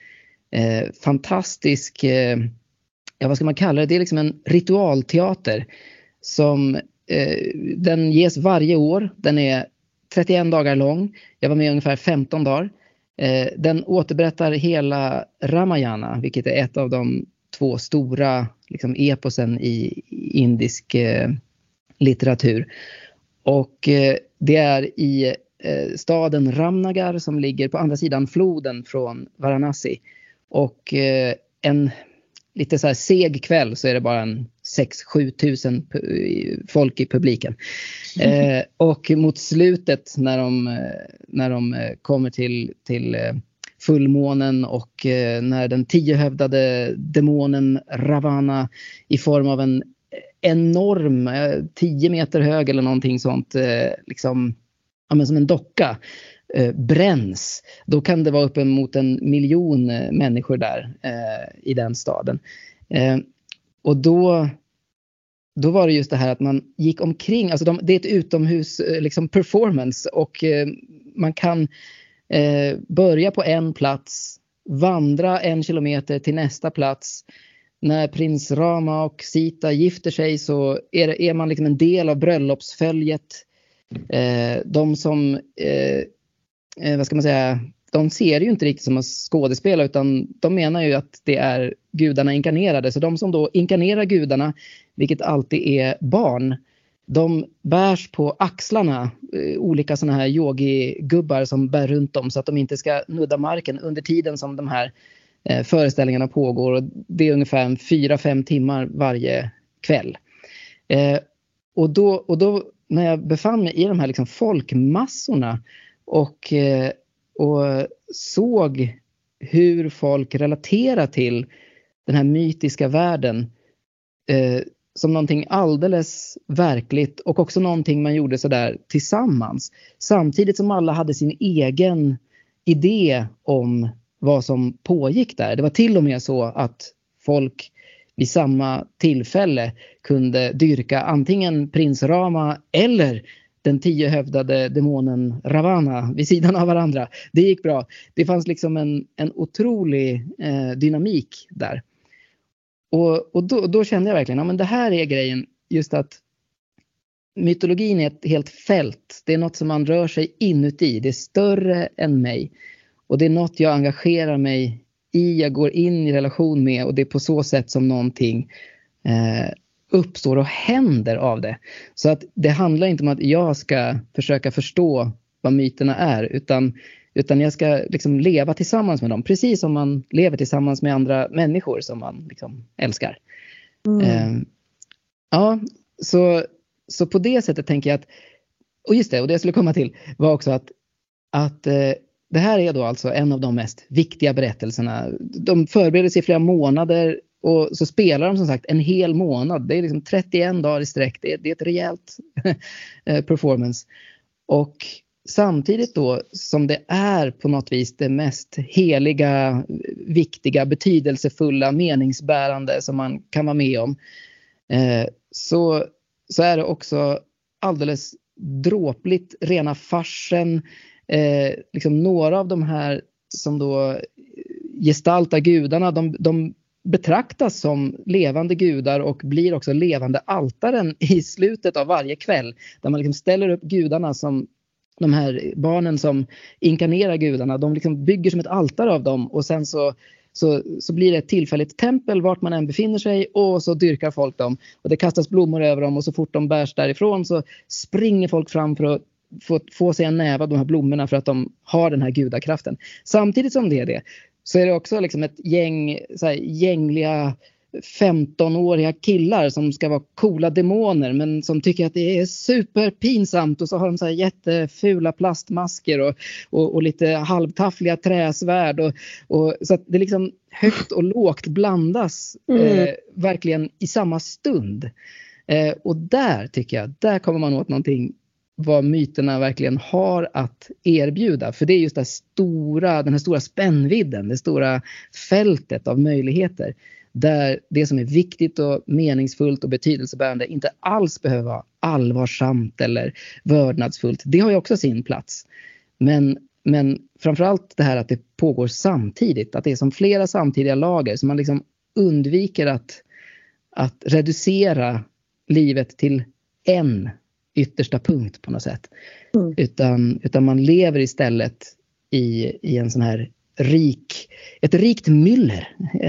fantastisk, vad ska man kalla det? Det är liksom en ritualteater som den ges varje år. Den är 31 dagar lång. Jag var med ungefär 15 dagar. Den återberättar hela Ramayana, vilket är ett av de 2 stora liksom, eposen i indisk litteratur. Och det är i staden Ramnagar som ligger på andra sidan floden från Varanasi. Och en lite så här seg kväll så är det bara en 6-7 tusen folk i publiken. Och mot slutet när de kommer till fullmånen och när den 10-hövdade demonen Ravana i form av en enorm 10 meter hög eller någonting sånt liksom, men som en docka bränns, då kan det vara uppemot 1 miljon människor där i den staden. Och då var det just det här att man gick omkring, alltså det är ett utomhus liksom performance, och man kan börja på en plats, vandra 1 kilometer till nästa plats. När prins Rama och Sita gifter sig så är man liksom en del av bröllopsföljet. De som vad ska man säga, de ser ju inte riktigt som att skådespela, utan de menar ju att det är gudarna inkarnerade. Så de som då inkarnerar gudarna, vilket alltid är barn, de bärs på axlarna, olika såna här yogi-gubbar som bär runt dem så att de inte ska nudda marken under tiden som de här föreställningarna pågår. Och det är ungefär 4-5 timmar varje kväll. Och då när jag befann mig i de här liksom folkmassorna och såg hur folk relaterar till den här mytiska världen som någonting alldeles verkligt, och också någonting man gjorde så där tillsammans, samtidigt som alla hade sin egen idé om vad som pågick där. Det var till och med så att folk vid samma tillfälle kunde dyrka antingen prins Rama eller den 10-hövdade demonen Ravana vid sidan av varandra. Det gick bra. Det fanns liksom en otrolig dynamik där. Och då kände jag verkligen, men det här är grejen, just att mytologin är ett helt fält. Det är något som man rör sig inuti. Det är större än mig. Och det är något jag engagerar mig i, jag går in i relation med, och det är på så sätt som någonting uppstår och händer av det. Så att det handlar inte om att jag ska försöka förstå vad myterna är, utan jag ska liksom leva tillsammans med dem, precis som man lever tillsammans med andra människor som man liksom älskar. Ja, så på det sättet tänker jag att, och just det, och det jag skulle komma till var också att det här är då alltså en av de mest viktiga berättelserna. De förbereder sig i flera månader, och så spelar de som sagt en hel månad. Det är liksom 31 dagar i sträck. Det är ett rejält performance. Och samtidigt då som det är på något vis det mest heliga, viktiga, betydelsefulla, meningsbärande som man kan vara med om, så är det också alldeles dråpligt rena farsen. Liksom några av de här som då gestaltar gudarna, de betraktas som levande gudar och blir också levande altaren i slutet av varje kväll, där man liksom ställer upp gudarna som de här barnen som inkarnerar gudarna. De liksom bygger som ett altare av dem, och sen så så blir det ett tillfälligt tempel vart man än befinner sig, och så dyrkar folk dem. Och det kastas blommor över dem, och så fort de bärs därifrån så springer folk fram för att få sig en näve av de här blommorna, för att de har den här gudakraften. Samtidigt som det är det, så är det också liksom ett gäng så här, gängliga 15-åriga killar som ska vara coola demoner, men som tycker att det är superpinsamt, och så har de så här jättefula plastmasker och lite halvtaffliga träsvärd, och så att det liksom högt och lågt blandas verkligen i samma stund. Och där tycker jag, där kommer man åt någonting vad myterna verkligen har att erbjuda. För det är just den här stora spännvidden, det stora fältet av möjligheter. Där det som är viktigt och meningsfullt och betydelsebärande inte alls behöver vara allvarsamt eller vördnadsfullt. Det har ju också sin plats. Men framförallt det här att det pågår samtidigt. Att det är som flera samtidiga lager. Så man liksom undviker att reducera livet till en yttersta punkt på något sätt. Utan man lever istället i en sån här ett rikt myller.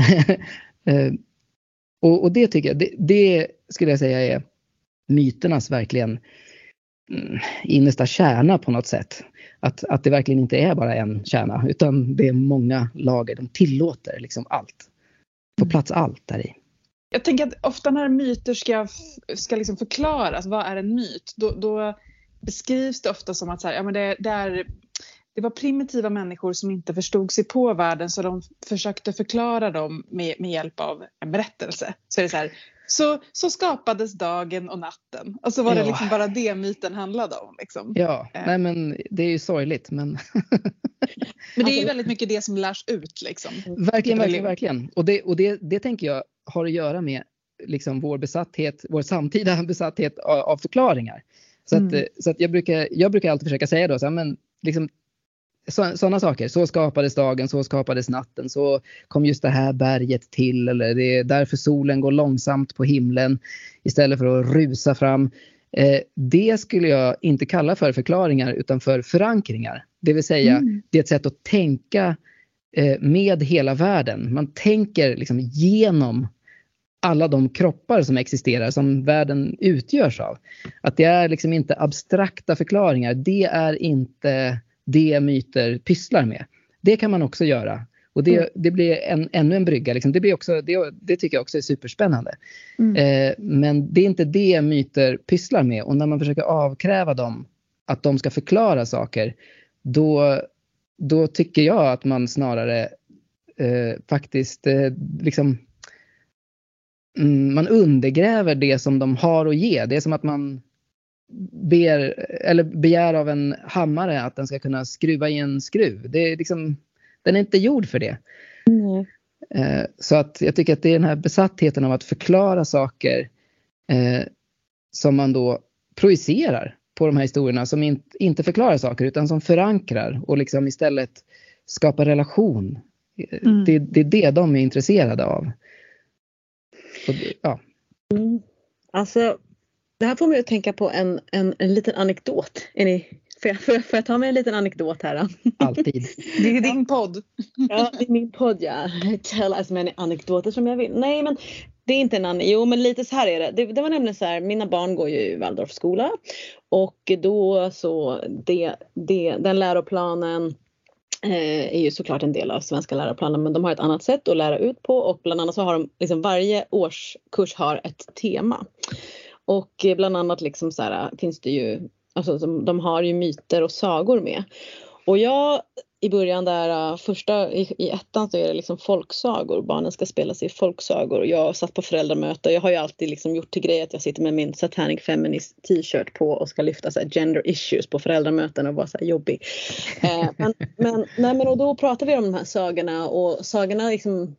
Och det tycker jag, det skulle jag säga är myternas verkligen innersta kärna på något sätt. Att det verkligen inte är bara en kärna, utan det är många lager. De tillåter liksom allt. Få plats allt där i. Jag tänker att ofta när myter ska liksom förklaras, vad är en myt? Då beskrivs det ofta som att så här, ja, men det var primitiva människor som inte förstod sig på världen, så de försökte förklara dem med hjälp av en berättelse. Så är det så här, så skapades dagen och natten. Och så var det liksom bara det myten handlade om. Liksom. Ja, nej men det är ju sorgligt. Men det är ju väldigt mycket det som lärs ut. Liksom. Verkligen. Och det tänker jag har att göra med liksom vår samtida besatthet av förklaringar. Så att jag brukar alltid försöka säga då, så här, men liksom sådana saker. Så skapades dagen, så skapades natten, så kom just det här berget till, eller det är därför solen går långsamt på himlen istället för att rusa fram. Det skulle jag inte kalla för förklaringar, utan för förankringar. Det vill säga, det är ett sätt att tänka med hela världen. Man tänker liksom genom alla de kroppar som existerar, som världen utgörs av. Att det är liksom inte abstrakta förklaringar. Det är inte det myter pysslar med. Det kan man också göra. Och det blir ännu en brygga. Liksom. Det tycker jag också är superspännande. Men det är inte det myter pysslar med. Och när man försöker avkräva dem att de ska förklara saker, då tycker jag att man snarare faktiskt liksom man undergräver det som de har att ge. Det är som att man begär av en hammare att den ska kunna skruva i en skruv. Det är liksom, den är inte gjord för det. Så att jag tycker att det är den här besattheten av att förklara saker som man då projicerar på de här historierna, som inte förklarar saker utan som förankrar och liksom istället skapar relation. Det är det de är intresserade av. Ja. Alltså, det här får mig att tänka på en liten anekdot. Får jag ta med en liten anekdot här då? Alltid. Det är din podd. Ja, det är min podd, ja. Tell as many anekdoter som jag vill. Nej, men det är inte jo, men lite så här är det. Det var nämligen så här, mina barn går ju i Waldorfskola. Och då så, den läroplanen är ju såklart en del av svenska läroplanen, men de har ett annat sätt att lära ut på, och bland annat så har de liksom varje årskurs har ett tema. Och bland annat liksom så här, finns det ju, alltså de har ju myter och sagor med. Och jag i början där första i ettan så är det liksom folksagor. Barnen ska spela sig i folksagor. Och jag satt på föräldramöte. Jag har ju alltid liksom gjort till grej att jag sitter med min Satanic Feminist t-shirt på och ska lyfta så här gender issues på föräldramöten och vara så här jobbig. Men och då pratade vi om de här sagorna, och sagorna liksom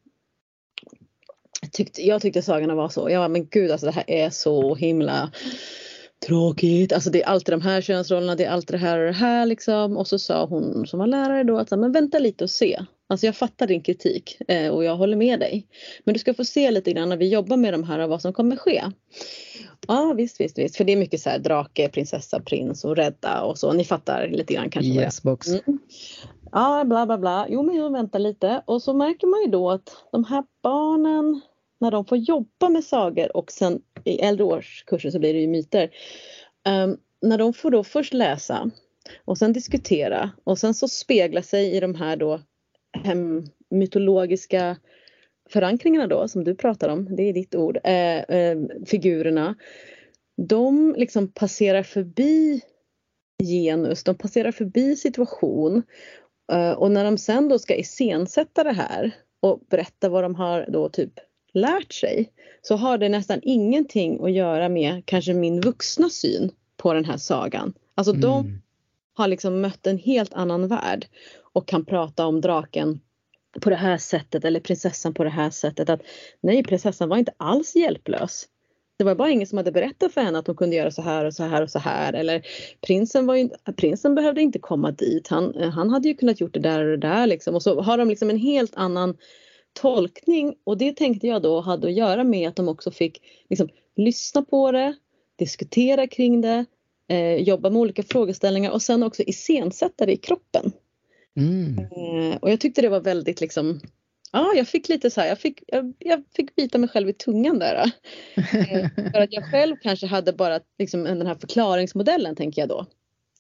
jag tyckte sagorna var så. Ja, men gud, alltså det här är så himla tråkigt. Alltså det är alltid de här könsrollerna, det är alltid det här och det här liksom. Och så sa hon som var lärare då att men vänta lite och se. Alltså jag fattar din kritik och jag håller med dig. Men du ska få se lite grann när vi jobbar med de här och vad som kommer ske. Ja, visst. För det är mycket så här drake, prinsessa, prins och rädda och så. Ni fattar lite grann kanske. Yes, box. Ja, bla bla bla. Jo, men jag väntar lite. Och så märker man ju då att de här barnen, när de får jobba med sagor och sen i äldre årskurser så blir det ju myter. När de får då först läsa och sen diskutera och sen så spegla sig i de här då mytologiska förankringarna då som du pratar om, det är ditt ord, figurerna. De liksom passerar förbi genus, de passerar förbi situation. Och när de sen då ska iscensätta det här och berätta vad de har då typ lärt sig, så har det nästan ingenting att göra med kanske min vuxna syn på den här sagan. Alltså de har liksom mött en helt annan värld och kan prata om draken på det här sättet eller prinsessan på det här sättet. Att nej, prinsessan var inte alls hjälplös. Det var bara ingen som hade berättat för henne att hon kunde göra så här och så här och så här. Eller prinsen behövde inte komma dit. Han hade ju kunnat gjort det där och det där liksom. Och så har de liksom en helt annan tolkning. Och det tänkte jag då hade att göra med att de också fick liksom lyssna på det, diskutera kring det, jobba med olika frågeställningar och sen också iscensätta det i kroppen. Och jag tyckte det var väldigt liksom, ja, jag fick lite så här, jag fick bita mig själv i tungan där. För att jag själv kanske hade bara liksom den här förklaringsmodellen, tänker jag då.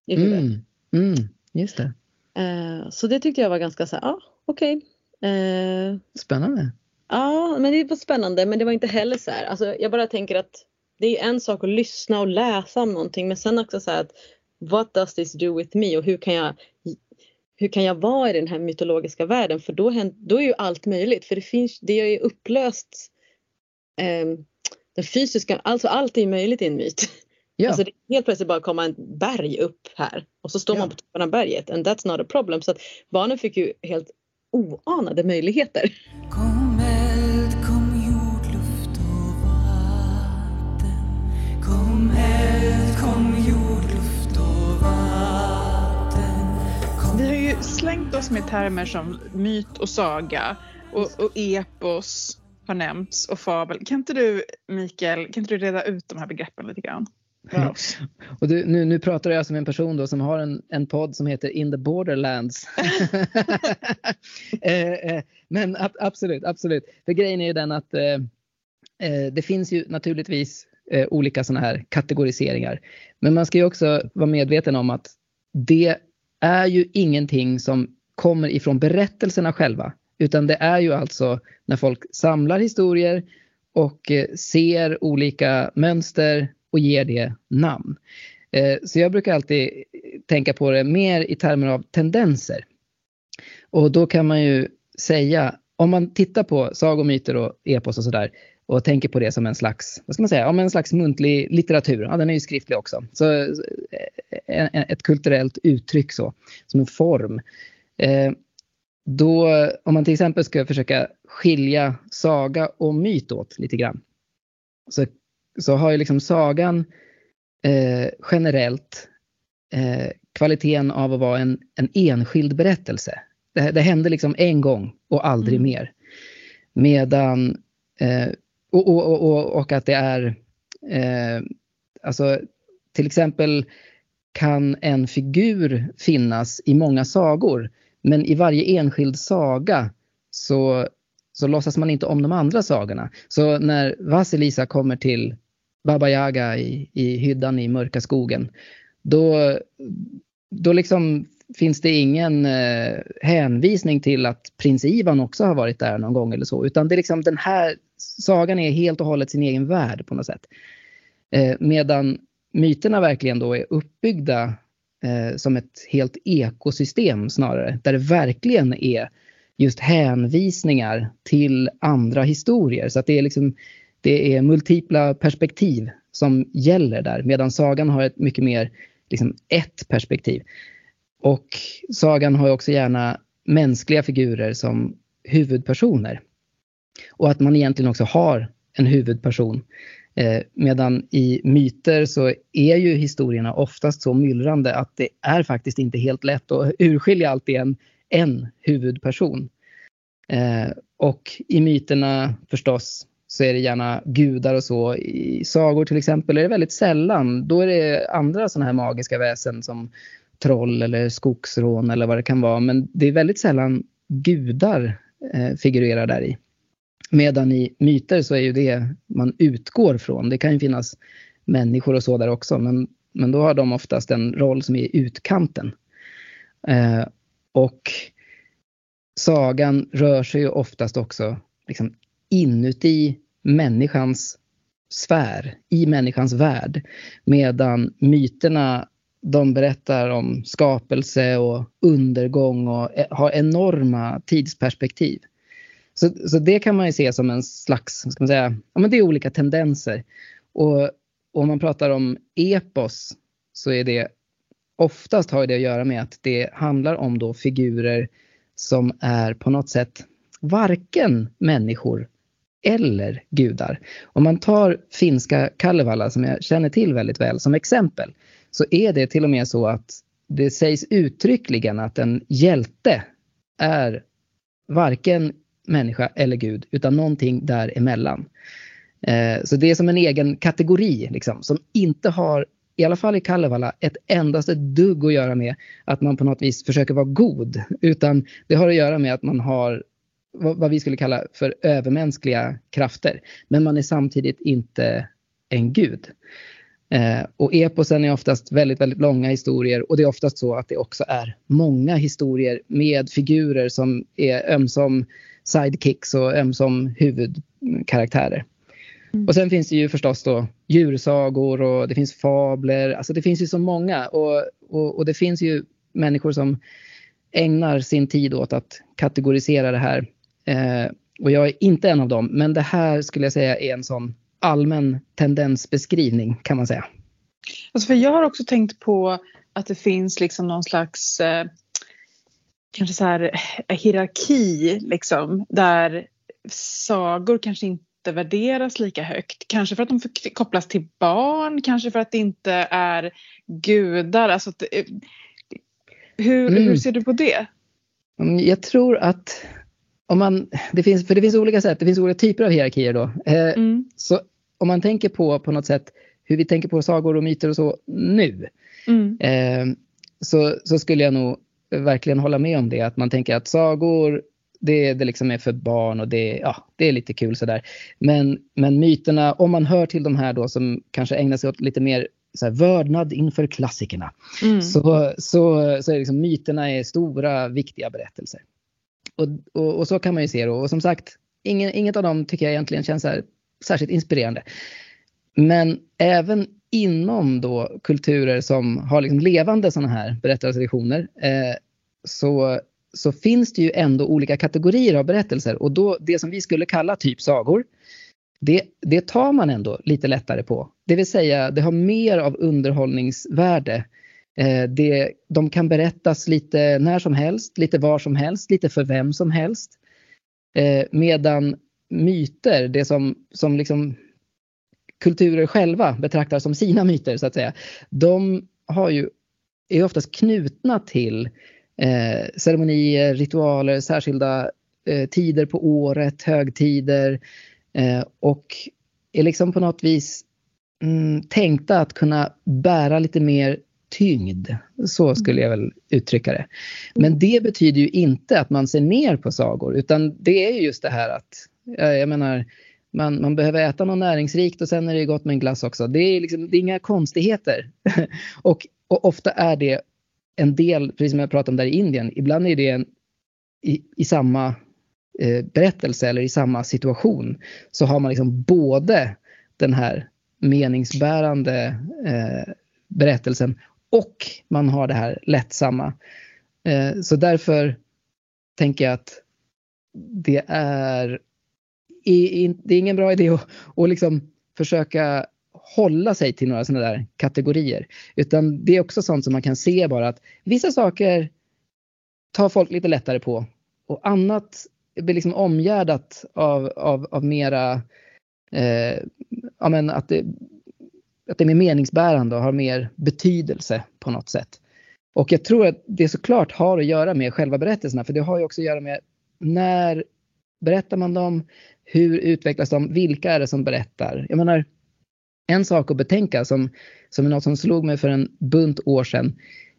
Just det. Så det tyckte jag var ganska så här, ja, okej. Spännande. Ja, men det var spännande, men det var inte heller så här. Alltså, jag bara tänker att det är en sak att lyssna och läsa om någonting, men sen också så här att what does this do with me och hur kan jag vara i den här mytologiska världen, för då är ju allt möjligt, för det är ju upplöst den fysiska, alltså allt är möjligt i en myt. Ja. Alltså det är helt plötsligt bara komma en berg upp här och så står man på toppen av berget, and that's not a problem. Så att barnen fick ju helt oanade möjligheter. Kom eld, kom jord, luft och vatten. Kom eld, kom jord, luft och vatten. Vi har ju slängt oss med termer som myt och saga och epos har nämnts och fabel. Kan inte du, Mikael, reda ut de här begreppen lite grann? Och nu pratar jag som en person då som har en podd som heter In the Borderlands. Men absolut. För grejen är ju den att det finns ju naturligtvis olika såna här kategoriseringar. Men man ska ju också vara medveten om att det är ju ingenting som kommer ifrån berättelserna själva. Utan det är ju alltså när folk samlar historier och ser olika mönster och ger det namn. Så jag brukar alltid tänka på det mer i termer av tendenser. Och då kan man ju säga, om man tittar på sagomyter och epos och sådär och tänker på det som en slags, vad ska man säga, en slags muntlig litteratur. Ja, den är ju skriftlig också. Så ett kulturellt uttryck så, som en form. Då, om man till exempel ska försöka skilja saga och myt åt lite grann. Så har ju liksom sagan generellt kvaliteten av att vara en enskild berättelse. Det händer liksom en gång och aldrig mer. Medan och att det är alltså till exempel kan en figur finnas i många sagor, men i varje enskild saga så låtsas man inte om de andra sagorna. Så när Vasilisa kommer till Baba Yaga i hyddan i mörka skogen, då liksom finns det ingen hänvisning till att prins Ivan också har varit där någon gång eller så. Utan det är liksom, den här sagan är helt och hållet sin egen värld på något sätt. Medan myterna verkligen då är uppbyggda som ett helt ekosystem snarare. Där det verkligen är just hänvisningar till andra historier. Så att det är multipla perspektiv som gäller där. Medan sagan har ett mycket mer liksom ett perspektiv. Och sagan har också gärna mänskliga figurer som huvudpersoner. Och att man egentligen också har en huvudperson. Medan i myter så är ju historierna oftast så myllrande att det är faktiskt inte helt lätt att urskilja alltid en huvudperson. Och i myterna förstås så är det gärna gudar och så. I sagor till exempel är det väldigt sällan. Då är det andra såna här magiska väsen troll eller skogsrån eller vad det kan vara. Men det är väldigt sällan gudar figurerar där i. Medan i myter så är ju det man utgår från. Det kan ju finnas människor och så där också. Men då har de oftast en roll som är i utkanten. Och sagan rör sig ju oftast också liksom inuti människans sfär, i människans värld. Medan myterna, de berättar om skapelse och undergång och har enorma tidsperspektiv. Så det kan man ju se som en slags, ska man säga, ja men det är olika tendenser. Och om man pratar om epos så är det oftast har det att göra med att det handlar om då figurer som är på något sätt varken människor eller gudar. Om man tar finska Kalevala som jag känner till väldigt väl som exempel, så är det till och med så att det sägs uttryckligen att en hjälte är varken människa eller gud utan någonting däremellan. Så det är som en egen kategori liksom, som inte har, i alla fall i Kalevala, ett endaste dugg att göra med att man på något vis försöker vara god. Utan det har att göra med att man har vad vi skulle kalla för övermänskliga krafter. Men man är samtidigt inte en gud. Och eposen är oftast väldigt, väldigt långa historier. Och det är oftast så att det också är många historier med figurer som är ömsom sidekicks och ömsom huvudkaraktärer. Och sen finns det ju förstås då djursagor och det finns fabler. Alltså det finns ju så många. Och det finns ju människor som ägnar sin tid åt att kategorisera det här. Och jag är inte en av dem. Men det här skulle jag säga är en sån allmän tendensbeskrivning kan man säga. Alltså för jag har också tänkt på att det finns liksom någon slags kanske så här hierarki liksom, där sagor kanske inte värderas lika högt. Kanske för att de kopplas till barn, kanske för att det inte är gudar. Alltså hur ser du på det? Jag tror att det finns olika sätt, det finns olika typer av hierarkier då. Så om man tänker på något sätt hur vi tänker på sagor och myter och så nu. Så skulle jag nog verkligen hålla med om det. Att man tänker att sagor, det liksom är för barn och det är lite kul sådär. Men myterna, om man hör till de här då som kanske ägnar sig åt lite mer så här, vördnad inför klassikerna. Så är liksom myterna är stora, viktiga berättelser. Och så kan man ju se då. Och som sagt, inget av dem tycker jag egentligen känns så här särskilt inspirerande. Men även inom då kulturer som har liksom levande sådana här berättelsetraditioner så finns det ju ändå olika kategorier av berättelser. Och då det som vi skulle kalla typ sagor, det tar man ändå lite lättare på. Det vill säga, det har mer av underhållningsvärde. De kan berättas lite när som helst, lite var som helst, lite för vem som helst. Medan myter, det som liksom kulturer själva betraktar som sina myter så att säga, de är oftast knutna till ceremonier, ritualer, särskilda tider på året, högtider och är liksom på något vis tänkta att kunna bära lite mer tyngd. Så skulle jag väl uttrycka det. Men det betyder ju inte att man ser ner på sagor, utan det är ju just det här att jag menar, man behöver äta något näringsrikt och sen är det gott med en glass också. Det är inga konstigheter. och ofta är det en del, precis som jag pratade om där i Indien, ibland är det i samma berättelse eller i samma situation så har man liksom både den här meningsbärande berättelsen och man har det här lättsamma. Så därför tänker jag att det är ingen bra idé att liksom försöka hålla sig till några sådana där kategorier. Utan det är också sånt som man kan se bara att vissa saker tar folk lite lättare på och annat blir liksom omgärdat av mera att det är mer meningsbärande och har mer betydelse på något sätt. Och jag tror att det såklart har att göra med själva berättelserna, för det har ju också att göra med när berättar man dem, hur utvecklas de, vilka är det som berättar. Jag menar, en sak att betänka som är något som slog mig för en bunt år sedan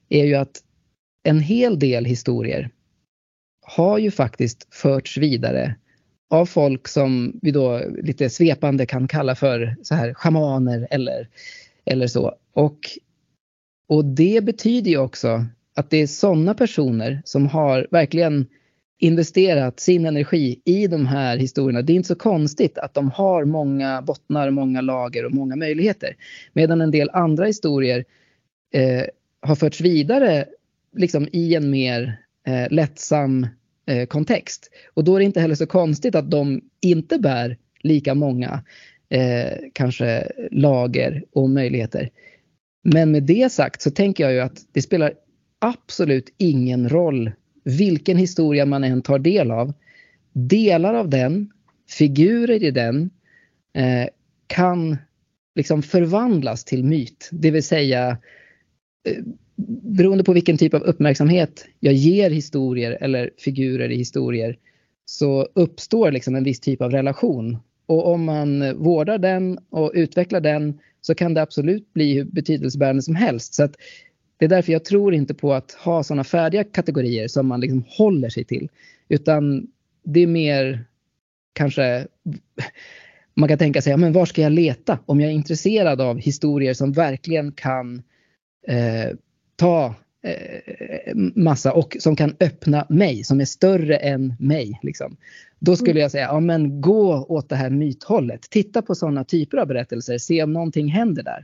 är ju att en hel del historier har ju faktiskt förts vidare av folk som vi då lite svepande kan kalla för så här schamaner eller så. Och det betyder ju också att det är sådana personer som har verkligen investerat sin energi i de här historierna. Det är inte så konstigt att de har många bottnar, många lager och många möjligheter. Medan en del andra historier har förts vidare liksom i en mer lättsam kontext. Och då är det inte heller så konstigt att de inte bär lika många kanske lager och möjligheter. Men med det sagt så tänker jag ju att det spelar absolut ingen roll vilken historia man än tar del av. Delar av den, figurer i den kan liksom förvandlas till myt. Det vill säga beroende på vilken typ av uppmärksamhet jag ger historier eller figurer i historier så uppstår liksom en viss typ av relation. Och om man vårdar den och utvecklar den så kan det absolut bli hur betydelsebärande som helst. Så att det är därför jag tror inte på att ha sådana färdiga kategorier som man liksom håller sig till. Utan det är mer kanske, man kan tänka sig, ja, men var ska jag leta om jag är intresserad av historier som verkligen kan ta massa och som kan öppna mig, som är större än mig liksom. Då skulle jag säga, ja men gå åt det här mythållet. Titta på sådana typer av berättelser, se om någonting händer där.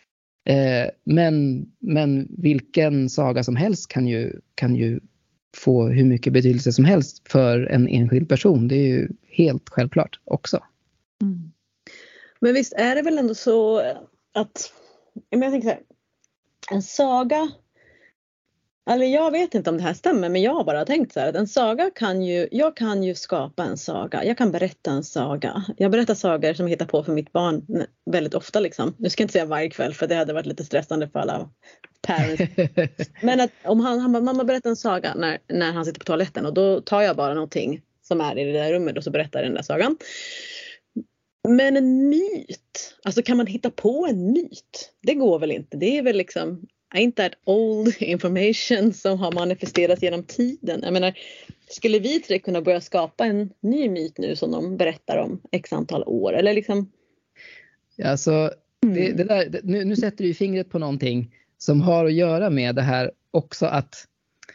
Men vilken saga som helst kan ju få hur mycket betydelse som helst för en enskild person. Det är ju helt självklart också. Mm. Men visst är det väl ändå så att, jag tänker så här, en saga, eller jag vet inte om det här stämmer, men jag har bara tänkt så här att en saga jag kan ju skapa en saga, jag kan berätta en saga. Jag berättar sagor som jag hittar på för mitt barn väldigt ofta liksom. Nu ska jag inte säga varje kväll för det hade varit lite stressande för alla parents. Men att om mamma berättar en saga när han sitter på toaletten och då tar jag bara någonting som är i det där rummet och så berättar jag den där sagan. Men en myt, alltså kan man hitta på en myt? Det går väl inte, det är väl liksom inte that old information som har manifesterats genom tiden. Jag menar, skulle vi tre kunna börja skapa en ny myt nu som de berättar om x antal år? Eller liksom... Alltså, det där, nu sätter du fingret på någonting som har att göra med det här också att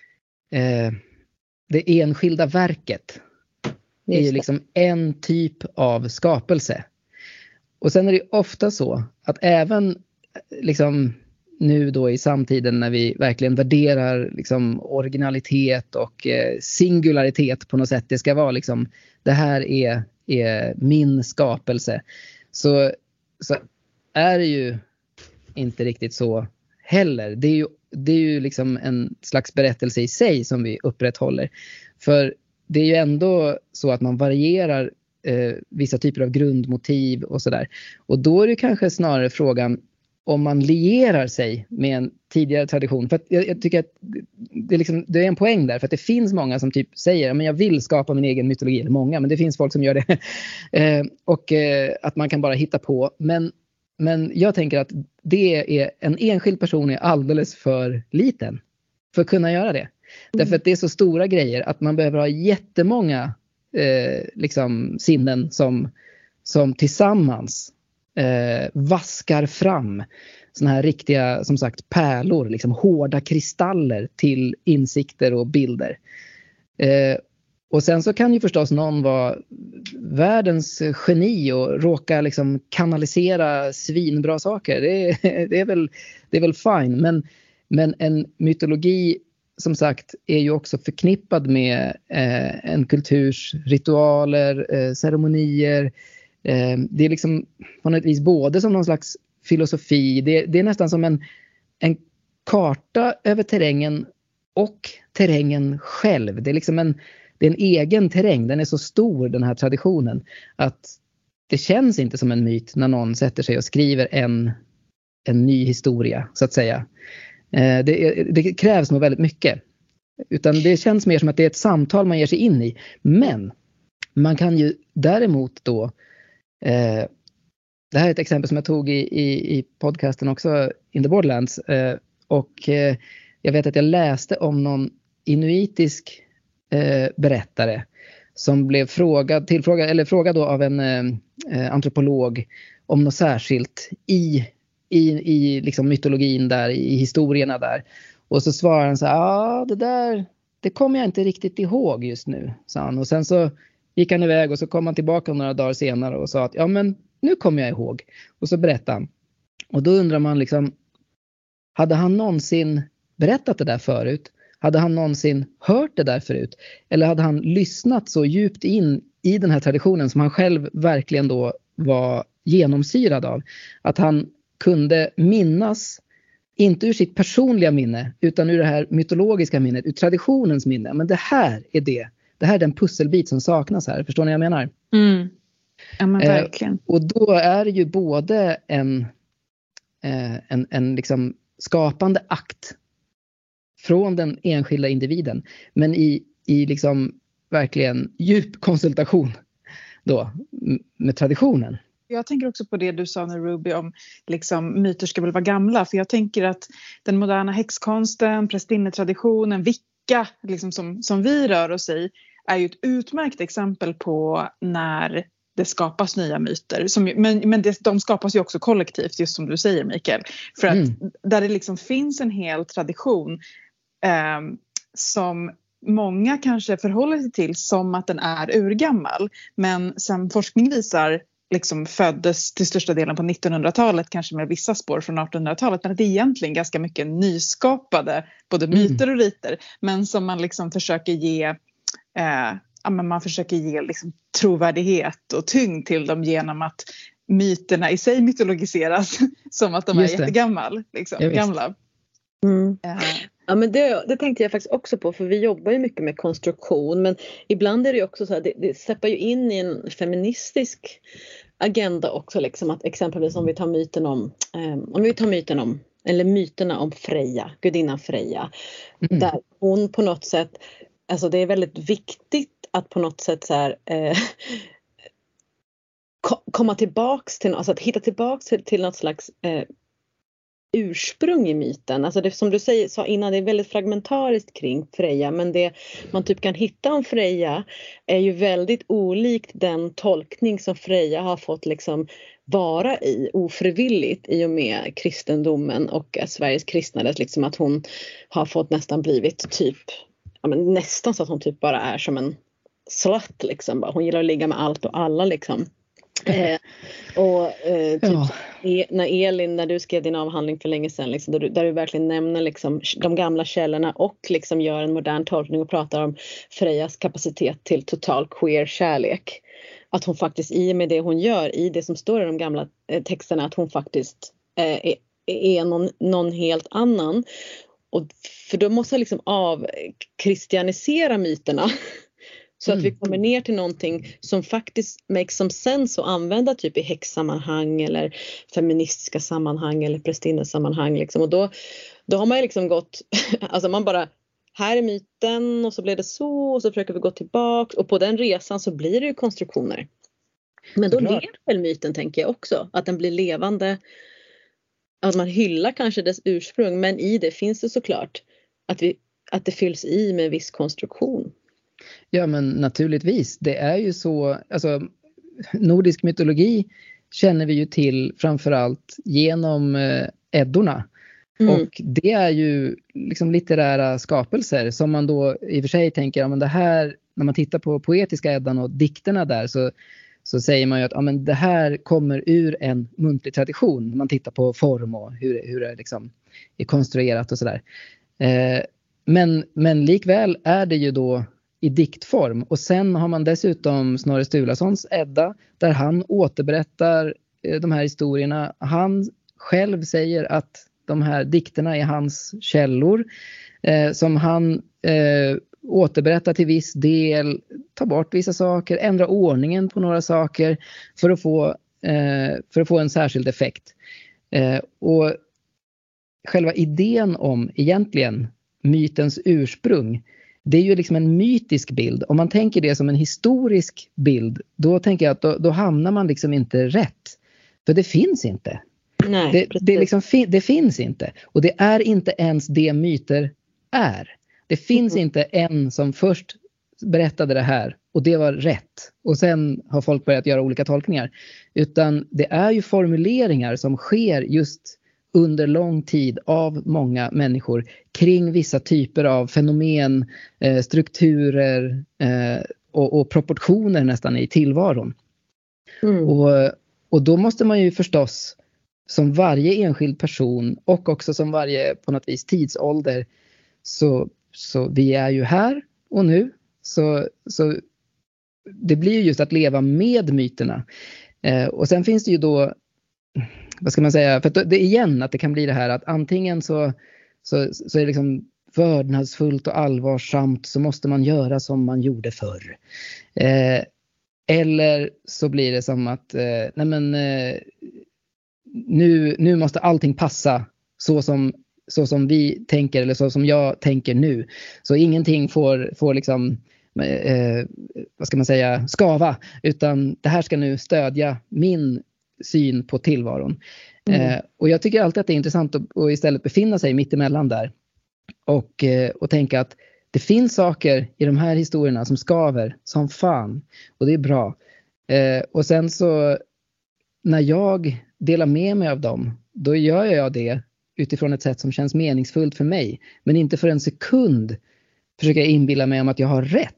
det enskilda verket är ju liksom en typ av skapelse. Och sen är det ofta så att även liksom nu då i samtiden när vi verkligen värderar liksom originalitet och singularitet på något sätt. Det ska vara liksom, det här är min skapelse. Så är det ju inte riktigt så heller. Det är ju liksom en slags berättelse i sig som vi upprätthåller. För det är ju ändå så att man varierar vissa typer av grundmotiv och sådär. Och då är det kanske snarare frågan om man lierar sig med en tidigare tradition. För att jag tycker att det är en poäng där. För att det finns många som typ säger men jag vill skapa min egen mytologi. Eller många, men det finns folk som gör det. Och att man kan bara hitta på. Men jag tänker att det är en enskild person är alldeles för liten för att kunna göra det. Därför att det är så stora grejer att man behöver ha jättemånga liksom sinnen som tillsammans vaskar fram såna här riktiga, som sagt, pärlor, liksom hårda kristaller till insikter och bilder. Och sen så kan ju förstås någon vara världens geni och råka liksom kanalisera svinbra saker. Det är väl fine. Men en mytologi, som sagt, är ju också förknippad med en kulturs ritualer, ceremonier. Det är liksom på något vis både som någon slags filosofi. Det är nästan som en karta över terrängen och terrängen själv. Det är liksom det är en egen terräng. Den är så stor, den här traditionen, att det känns inte som en myt när någon sätter sig och skriver en ny historia, så att säga. Det krävs nog väldigt mycket. Utan det känns mer som att det är ett samtal man ger sig in i. Men man kan ju däremot då, det här är ett exempel som jag tog i podcasten också, In the Borderlands, och jag vet att jag läste om någon inuitisk berättare som blev frågad då av en antropolog om något särskilt i liksom mytologin där, i historierna där. Och så svarade han så här, det kommer jag inte riktigt ihåg just nu, sa han. Och sen så gick han iväg och så kom han tillbaka några dagar senare och sa att ja, men nu kommer jag ihåg. Och så berättade han. Och då undrar man liksom, hade han någonsin berättat det där förut? Hade han någonsin hört det där förut? Eller hade han lyssnat så djupt in i den här traditionen som han själv verkligen då var genomsyrad av? Att han kunde minnas, inte ur sitt personliga minne, utan ur det här mytologiska minnet, ur traditionens minne. Men det här är den pusselbit som saknas här. Förstår ni vad jag menar? Mm. Ja, men verkligen. Och då är det ju både en liksom skapande akt från den enskilda individen, men i liksom verkligen djup konsultation då med traditionen. Jag tänker också på det du sa nu, Ruby, om liksom myter ska väl vara gamla. För jag tänker att den moderna häxkonsten, prästinnetraditionen, Wicca liksom som vi rör oss i, är ju ett utmärkt exempel på när det skapas nya myter. Men de skapas ju också kollektivt, just som du säger, Mikael. För att där det liksom finns en hel tradition som många kanske förhåller sig till som att den är urgammal. Men som forskning visar liksom föddes till största delen på 1900-talet, kanske med vissa spår från 1800-talet. Men det är egentligen ganska mycket nyskapade både myter och riter. Men som man liksom försöker ge... man försöker ge liksom trovärdighet och tyngd till dem genom att myterna i sig mytologiseras som att de är jättegamla. Liksom, gamla. Mm. Ja, men det tänkte jag faktiskt också på, för vi jobbar ju mycket med konstruktion, men ibland är det ju också så här, det släpper ju in i en feministisk agenda också, liksom, att exempelvis om vi tar myterna om Freja, gudinnan Freja, där hon på något sätt, alltså det är väldigt viktigt att på något sätt så här, komma tillbaks till, alltså att hitta tillbaks till något slags ursprung i myten. Alltså det som du sa innan, det är väldigt fragmentariskt kring Freja, men det man typ kan hitta om Freja är ju väldigt olikt den tolkning som Freja har fått liksom vara i ofrivilligt i och med kristendomen och Sveriges kristnades, liksom att hon har fått nästan blivit typ, ja, men nästan så att hon typ bara är som en slut liksom. Hon gillar att ligga med allt och alla liksom. När Elin, när du skrev din avhandling för länge sedan liksom, där du verkligen nämner liksom de gamla källorna och liksom gör en modern tolkning och pratar om Frejas kapacitet till total queer kärlek, att hon faktiskt i med det hon gör i det som står i de gamla texterna, att hon faktiskt är någon helt annan. Och för då måste jag liksom avkristianisera myterna så att vi kommer ner till någonting som faktiskt makes some sense att använda typ i häxsammanhang eller feministiska sammanhang eller prästinnesammanhang liksom. Och då har man ju liksom gått, alltså man bara, här är myten och så blir det så, och så försöker vi gå tillbaka, och på den resan så blir det ju konstruktioner. Men då lever väl myten, tänker jag också, att den blir levande, att man hyllar kanske dess ursprung, men i det finns det såklart att det fylls i med viss konstruktion. Ja, men naturligtvis. Det är ju så, alltså nordisk mytologi känner vi ju till framförallt genom eddorna. Och det är ju liksom litterära skapelser som man då i och för sig tänker, ja, men det här, när man tittar på poetiska eddan och dikterna där, så säger man ju att ja, men det här kommer ur en muntlig tradition. Man tittar på form och hur det liksom är konstruerat och sådär. Men likväl är det ju då i diktform. Och sen har man dessutom Snorre Sturlasons Edda, där han återberättar de här historierna. Han själv säger att de här dikterna är hans källor, som han återberättar till viss del, tar bort vissa saker, ändrar ordningen på några saker för att få en särskild effekt. Och själva idén om egentligen mytens ursprung, det är ju liksom en mytisk bild. Om man tänker det som en historisk bild, då tänker jag att då hamnar man liksom inte rätt. För det finns inte. Nej, Det finns inte. Och det är inte ens det myter är. Det finns inte en som först berättade det här och det var rätt. Och sen har folk börjat göra olika tolkningar. Utan det är ju formuleringar som sker just under lång tid av många människor kring vissa typer av fenomen, strukturer och proportioner nästan i tillvaron. Och då måste man ju förstås som varje enskild person och också som varje på något vis tidsålder så vi är ju här och nu. Så det blir ju just att leva med myterna. Och sen finns det ju då, vad ska man säga, för det igen att det kan bli det här att antingen så är det liksom vördnadsfullt och allvarsamt, så måste man göra som man gjorde förr. Eller så blir det som att nu måste allting passa så som vi tänker eller så som jag tänker nu. Så ingenting får liksom vad ska man säga, skava, utan det här ska nu stödja min syn på tillvaron. Och jag tycker alltid att det är intressant att istället befinna sig mitt emellan där och tänka att det finns saker i de här historierna som skaver som fan, och det är bra. Och sen så när jag delar med mig av dem, då gör jag det utifrån ett sätt som känns meningsfullt för mig, men inte för en sekund försöka inbilla mig om att jag har rätt.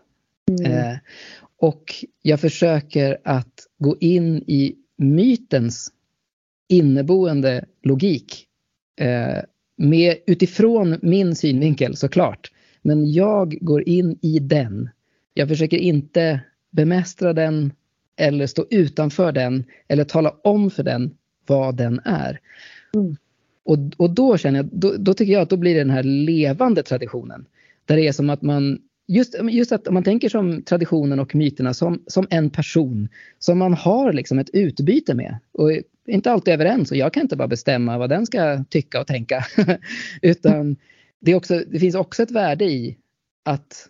Och jag försöker att gå in i mytens inneboende logik utifrån min synvinkel såklart. Men jag går in i den. Jag försöker inte bemästra den eller stå utanför den eller tala om för den vad den är. Och då känner jag, då tycker jag att då blir det den här levande traditionen. Där det är som att man, just att man tänker som traditionen och myterna som en person som man har liksom ett utbyte med. Och inte alltid överens, och jag kan inte bara bestämma vad den ska tycka och tänka. Utan det finns också ett värde i att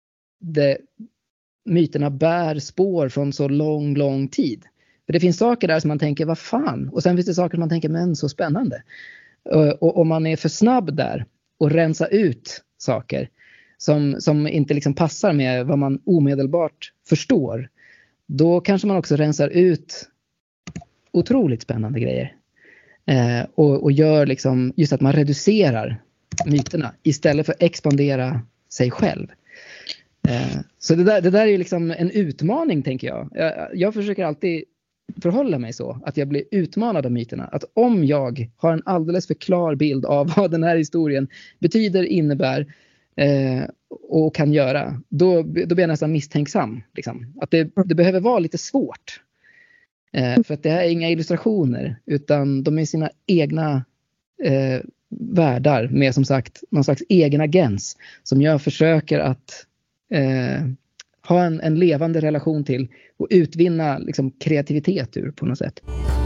myterna bär spår från så lång tid. För det finns saker där som man tänker, vad fan? Och sen finns det saker som man tänker, men så spännande. Och om man är för snabb där och rensa ut saker som inte liksom passar med vad man omedelbart förstår, då kanske man också rensar ut otroligt spännande grejer. Och gör liksom just att man reducerar myterna istället för att expandera sig själv. Så det där är ju liksom en utmaning, tänker jag. Jag försöker alltid förhålla mig så att jag blir utmanad av myterna. Att om jag har en alldeles för klar bild av vad den här historien betyder, innebär och kan göra, då blir jag nästan misstänksam. Liksom. Att det behöver vara lite svårt. För att det här är inga illustrationer, utan de är sina egna världar med, som sagt, någon slags egen agens som jag försöker att ha en levande relation till och utvinna liksom kreativitet ur på något sätt.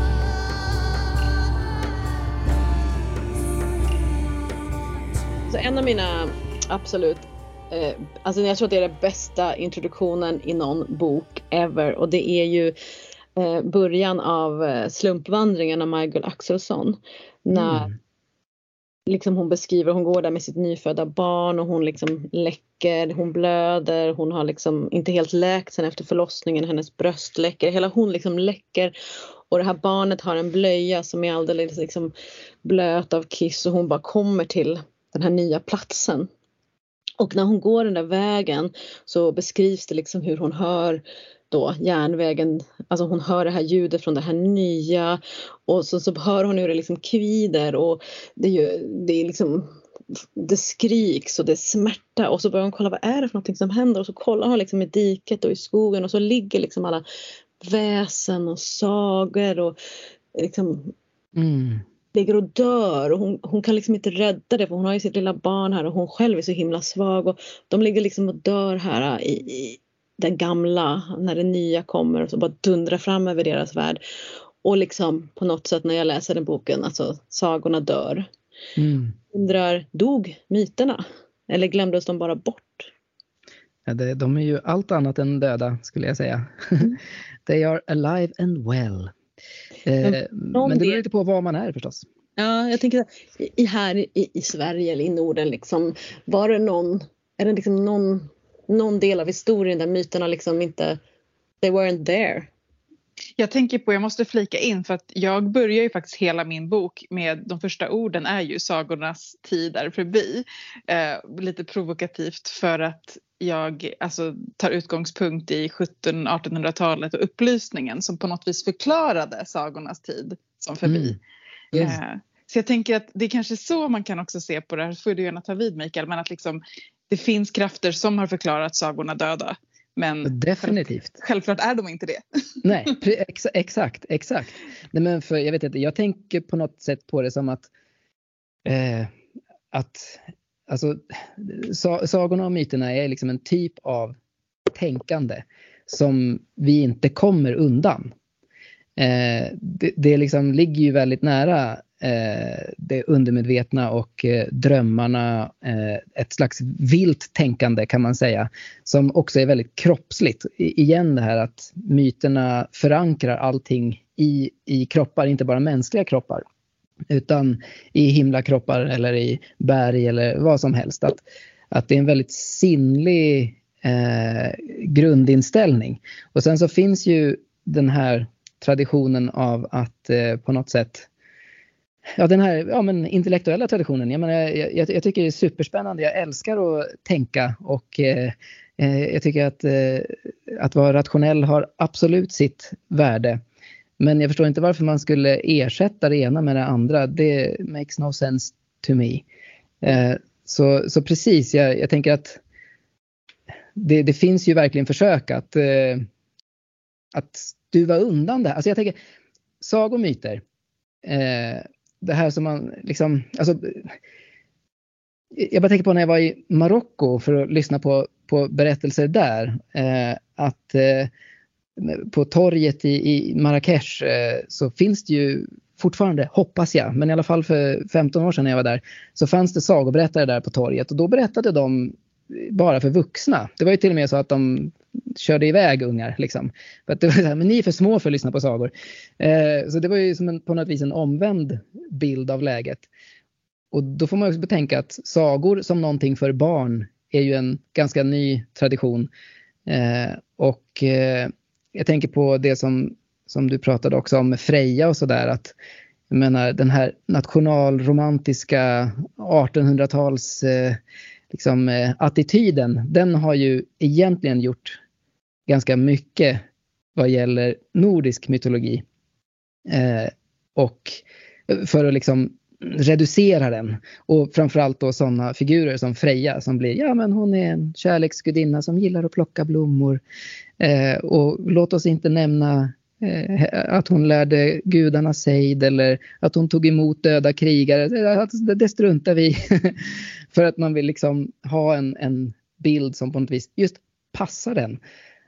Så en av mina absolut alltså jag tror att det är den bästa introduktionen i någon bok ever, och det är ju början av Slumpvandringen av Maj-Gull Axelsson, när liksom hon beskriver, hon går där med sitt nyfödda barn och hon liksom läcker, hon blöder, hon har liksom inte helt läkt sen efter förlossningen, hennes bröst läcker, hela hon liksom läcker, och det här barnet har en blöja som är alldeles liksom blöt av kiss, och hon bara kommer till den här nya platsen. Och när hon går den där vägen så beskrivs det liksom hur hon hör då järnvägen, alltså hon hör det här ljudet från det här nya, och så hör hon hur det liksom kvider, och det är liksom, det skriks och det är smärta, och så börjar hon kolla, vad är det för någonting som händer, och så kollar hon liksom i diket och i skogen, och så ligger liksom alla väsen och sagor och liksom ligger och dör, och hon kan liksom inte rädda det, för hon har ju sitt lilla barn här och hon själv är så himla svag, och de ligger liksom och dör här i den gamla, när det nya kommer och så bara dundrar fram över deras värld. Och liksom på något sätt när jag läser den boken, alltså sagorna dör. Undrar, dog myterna? Eller glömdes de bara bort? Ja, de är ju allt annat än döda, skulle jag säga. They are alive and well. Men det beror lite på var man är förstås. Ja, jag tänker här i Sverige eller i Norden liksom, var det någon del av historien där myterna liksom inte, they weren't there? Jag måste flika in för att jag börjar ju faktiskt hela min bok med de första orden är ju sagornas tid är förbi. Lite provokativt för att jag tar utgångspunkt i 1700-1800-talet och upplysningen som på något vis förklarade sagornas tid som förbi. Yes. Så jag tänker att det är kanske så man kan också se på det här, får du gärna ta vid Mikael, men att liksom, det finns krafter som har förklarat sagorna döda. Men definitivt. Självklart är de inte det. Nej, exakt. Nej, men för jag vet inte, jag tänker på något sätt på det som att sagorna och myterna är liksom en typ av tänkande som vi inte kommer undan. Det liksom ligger ju väldigt nära det undermedvetna och drömmarna, ett slags vilt tänkande kan man säga, som också är väldigt kroppsligt. Igen det här att myterna förankrar allting i kroppar, inte bara mänskliga kroppar utan i himlakroppar eller i berg eller vad som helst. Att det är en väldigt sinnlig grundinställning. Och sen så finns ju den här traditionen av att på något sätt, den här intellektuella traditionen. Jag tycker det är superspännande. Jag älskar att tänka och jag tycker att vara rationell har absolut sitt värde. Men jag förstår inte varför man skulle ersätta det ena med det andra. Det makes no sense to me. Så precis, jag tänker att det finns ju verkligen försök att stuva undan det. Alltså jag tänker, sagomyter. Det här som man liksom, jag bara tänker på när jag var i Marocko för att lyssna på berättelser där. Att på torget i Marrakesh så finns det ju fortfarande, hoppas jag, men i alla fall för 15 år sedan när jag var där, så fanns det sagoberättare där på torget och då berättade de bara för vuxna. Det var ju till och med så att de körde iväg ungar liksom. För att det var så här, men ni är för små för att lyssna på sagor. Så det var ju som på något vis en omvänd bild av läget. Och då får man också betänka att sagor som någonting för barn är ju en ganska ny tradition. Och jag tänker på det som du pratade också om med Freja och sådär, att jag menar den här nationalromantiska 1800-tals attityden, den har ju egentligen gjort ganska mycket vad gäller nordisk mytologi. Och för att liksom reducera den. Och framförallt då sådana figurer som Freja som blir, men hon är en kärleksgudinna som gillar att plocka blommor. Och låt oss inte nämna att hon lärde gudarna sejd eller att hon tog emot döda krigare. Det struntar vi för att man vill liksom ha en bild som på något vis just passar den.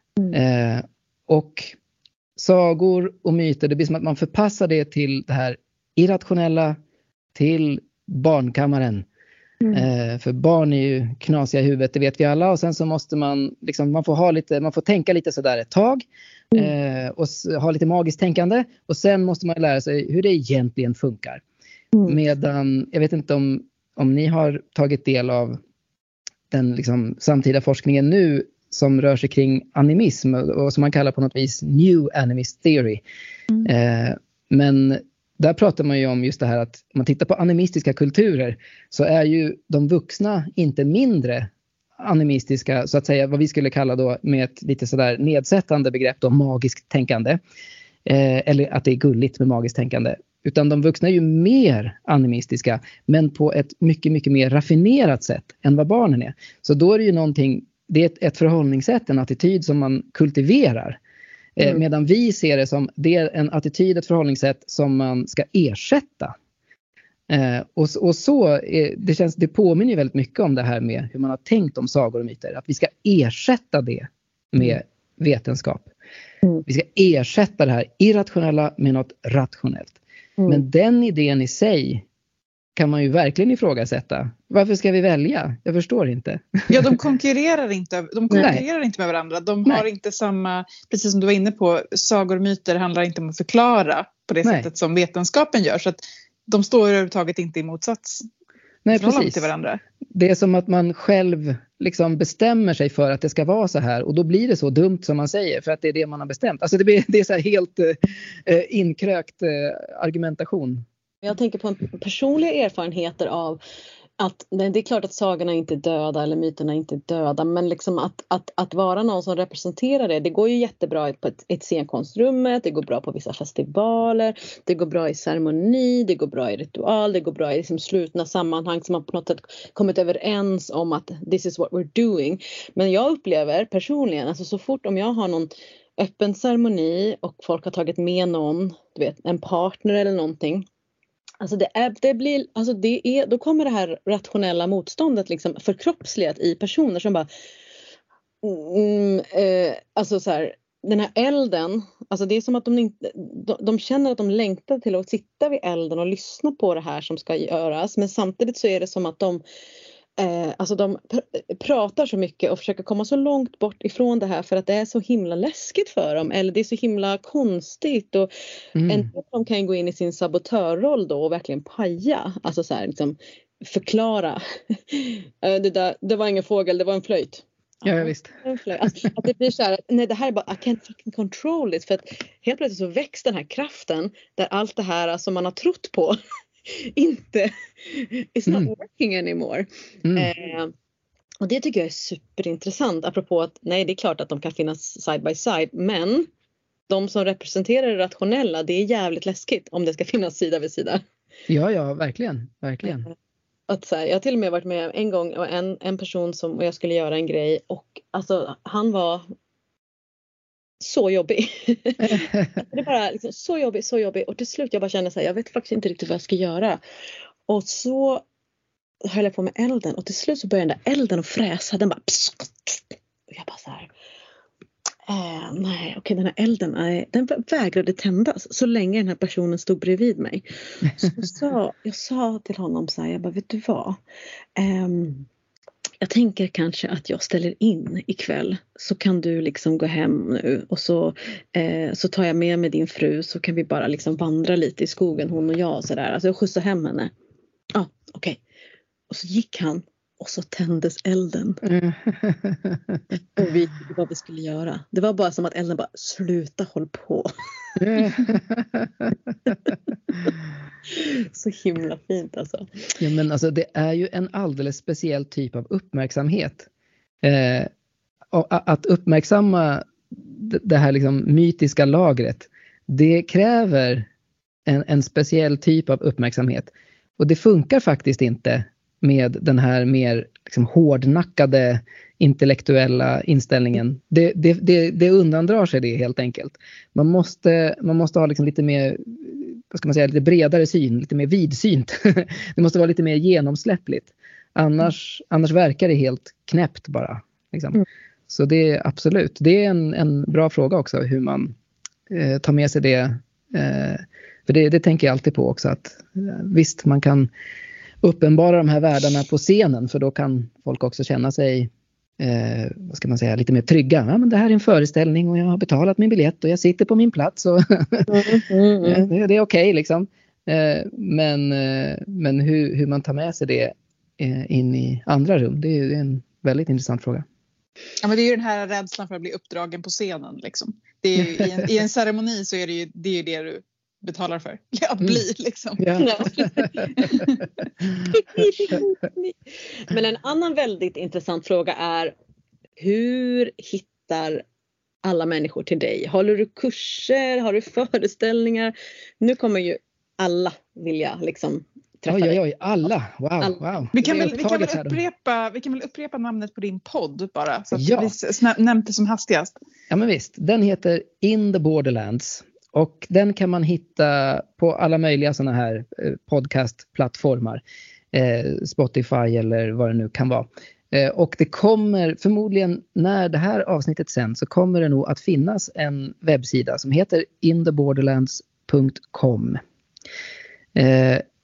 Och sagor och myter, det blir som att man förpassar det till det här irrationella, till barnkammaren. För barn är ju knasiga i huvudet, det vet vi alla. Och sen så måste man liksom, man får tänka lite sådär ett tag. Och ha lite magiskt tänkande. Och sen måste man lära sig hur det egentligen funkar. Medan, jag vet inte om ni har tagit del av den liksom samtida forskningen nu som rör sig kring animism och som man kallar på något vis New Animist Theory. Men där pratar man ju om just det här att om man tittar på animistiska kulturer så är ju de vuxna inte mindre animistiska, så att säga, vad vi skulle kalla då med ett lite sådär nedsättande begrepp då magiskt tänkande. Eller att det är gulligt med magiskt tänkande. Utan de vuxna är ju mer animistiska, men på ett mycket, mycket mer raffinerat sätt än vad barnen är. Så då är det ju någonting, det är ett förhållningssätt, en attityd som man kultiverar. Medan vi ser det som, det är en attityd, ett förhållningssätt som man ska ersätta. Och så, det påminner ju väldigt mycket om det här med hur man har tänkt om sagor och myter. Att vi ska ersätta det med vetenskap. Vi ska ersätta det här irrationella med något rationellt. Men den idén i sig kan man ju verkligen ifrågasätta. Varför ska vi välja? Jag förstår inte. Ja, de konkurrerar inte med varandra. De har inte samma, precis som du var inne på, sagor och myter handlar inte om att förklara på det sättet som vetenskapen gör. Så att de står överhuvudtaget inte i motsats till varandra. Det är som att man själv liksom bestämmer sig för att det ska vara så här. Och då blir det så dumt som man säger. För att det är det man har bestämt. Alltså det är så här helt inkrökt argumentation. Jag tänker på personliga erfarenheter av att det är klart att sagorna inte är döda eller myterna inte är döda, men liksom att vara någon som representerar det går ju jättebra på ett scenkonstrummet, det går bra på vissa festivaler, det går bra i ceremoni, det går bra i ritual, det går bra i liksom slutna sammanhang som man på något sätt kommit överens om att this is what we're doing. Men jag upplever personligen, alltså så fort om jag har någon öppen ceremoni och folk har tagit med någon, du vet, en partner eller någonting. Alltså då kommer det här rationella motståndet liksom förkroppsligat i personer som bara alltså så här, den här elden, alltså det är som att de känner att de längtar till att sitta vid elden och lyssna på det här som ska göras, men samtidigt så är det som att de pratar så mycket och försöker komma så långt bort ifrån det här för att det är så himla läskigt för dem. Eller det är så himla konstigt. Och en av dem kan gå in i sin sabotörroll då och verkligen paja. Alltså så här, liksom, förklara. Det var ingen fågel, det var en flöjt. Ja, visst. Alltså, att det blir så här, nej, det här är bara, I can't fucking control it. För att helt plötsligt så väcks den här kraften där allt det här som man har trott på inte it's not working anymore. Och det tycker jag är superintressant, apropå att nej, det är klart att de kan finnas side by side, men de som representerar det rationella, det är jävligt läskigt om det ska finnas sida vid sida. Ja, verkligen. Att så här, jag har till och med varit med en gång och en person och jag skulle göra en grej och alltså han var så jobbig. Det är bara liksom, så jobbig. Och till slut jag bara kände så här, jag vet faktiskt inte riktigt vad jag ska göra. Och så höll jag på med elden. Och till slut så började den där elden att fräsa. Den bara och jag bara så här. Nej, okej, den här elden, den vägrade tändas så länge den här personen stod bredvid mig. Så jag sa till honom så här, jag bara, vet du vad? Jag tänker kanske att jag ställer in ikväll. Så kan du liksom gå hem nu. Och så tar jag med mig din fru. Så kan vi bara liksom vandra lite i skogen, hon och jag. Så där. Alltså jag skjutsar hem henne. Ja, okej. Och så gick han. Och så tändes elden. Och vi visste vad vi skulle göra. Det var bara som att elden bara, sluta håll på. Så himla fint alltså. Ja, men alltså det är ju en alldeles speciell typ av uppmärksamhet. Att uppmärksamma det här liksom mytiska lagret, det kräver en speciell typ av uppmärksamhet. Och det funkar faktiskt inte med den här mer liksom hårdnackade intellektuella inställningen. Det undandrar sig det helt enkelt. Man måste ha liksom lite mer, vad ska man säga, lite bredare syn, lite mer vidsynt. Det måste vara lite mer genomsläppligt. Annars verkar det helt knäppt bara. Liksom. Så det är absolut, det är en bra fråga också hur man tar med sig det. För det tänker jag alltid på också, att visst, man kan uppenbara de här världarna på scenen, för då kan folk också känna sig vad ska man säga, lite mer trygga. Ja, men det här är en föreställning och jag har betalat min biljett och jag sitter på min plats och det är okej liksom. Men hur man tar med sig det in i andra rum, det är en väldigt intressant fråga. Ja, men det är ju den här rädslan för att bli uppdragen på scenen liksom. Det är ju, i en ceremoni så är det ju det du betalar för att bli liksom. Ja. Men en annan väldigt intressant fråga är, hur hittar alla människor till dig? Håller du kurser? Har du föreställningar? Nu kommer ju alla vilja liksom träffa dig. Oj, alla. Wow. Vi kan väl upprepa namnet på din podd bara, så att vi nämnt det som hastigast. Ja, men visst. Den heter In the Borderlands. Och den kan man hitta på alla möjliga sådana här podcastplattformar. Spotify eller vad det nu kan vara. Och det kommer förmodligen, när det här avsnittet sen, så kommer det nog att finnas en webbsida som heter intheborderlands.com.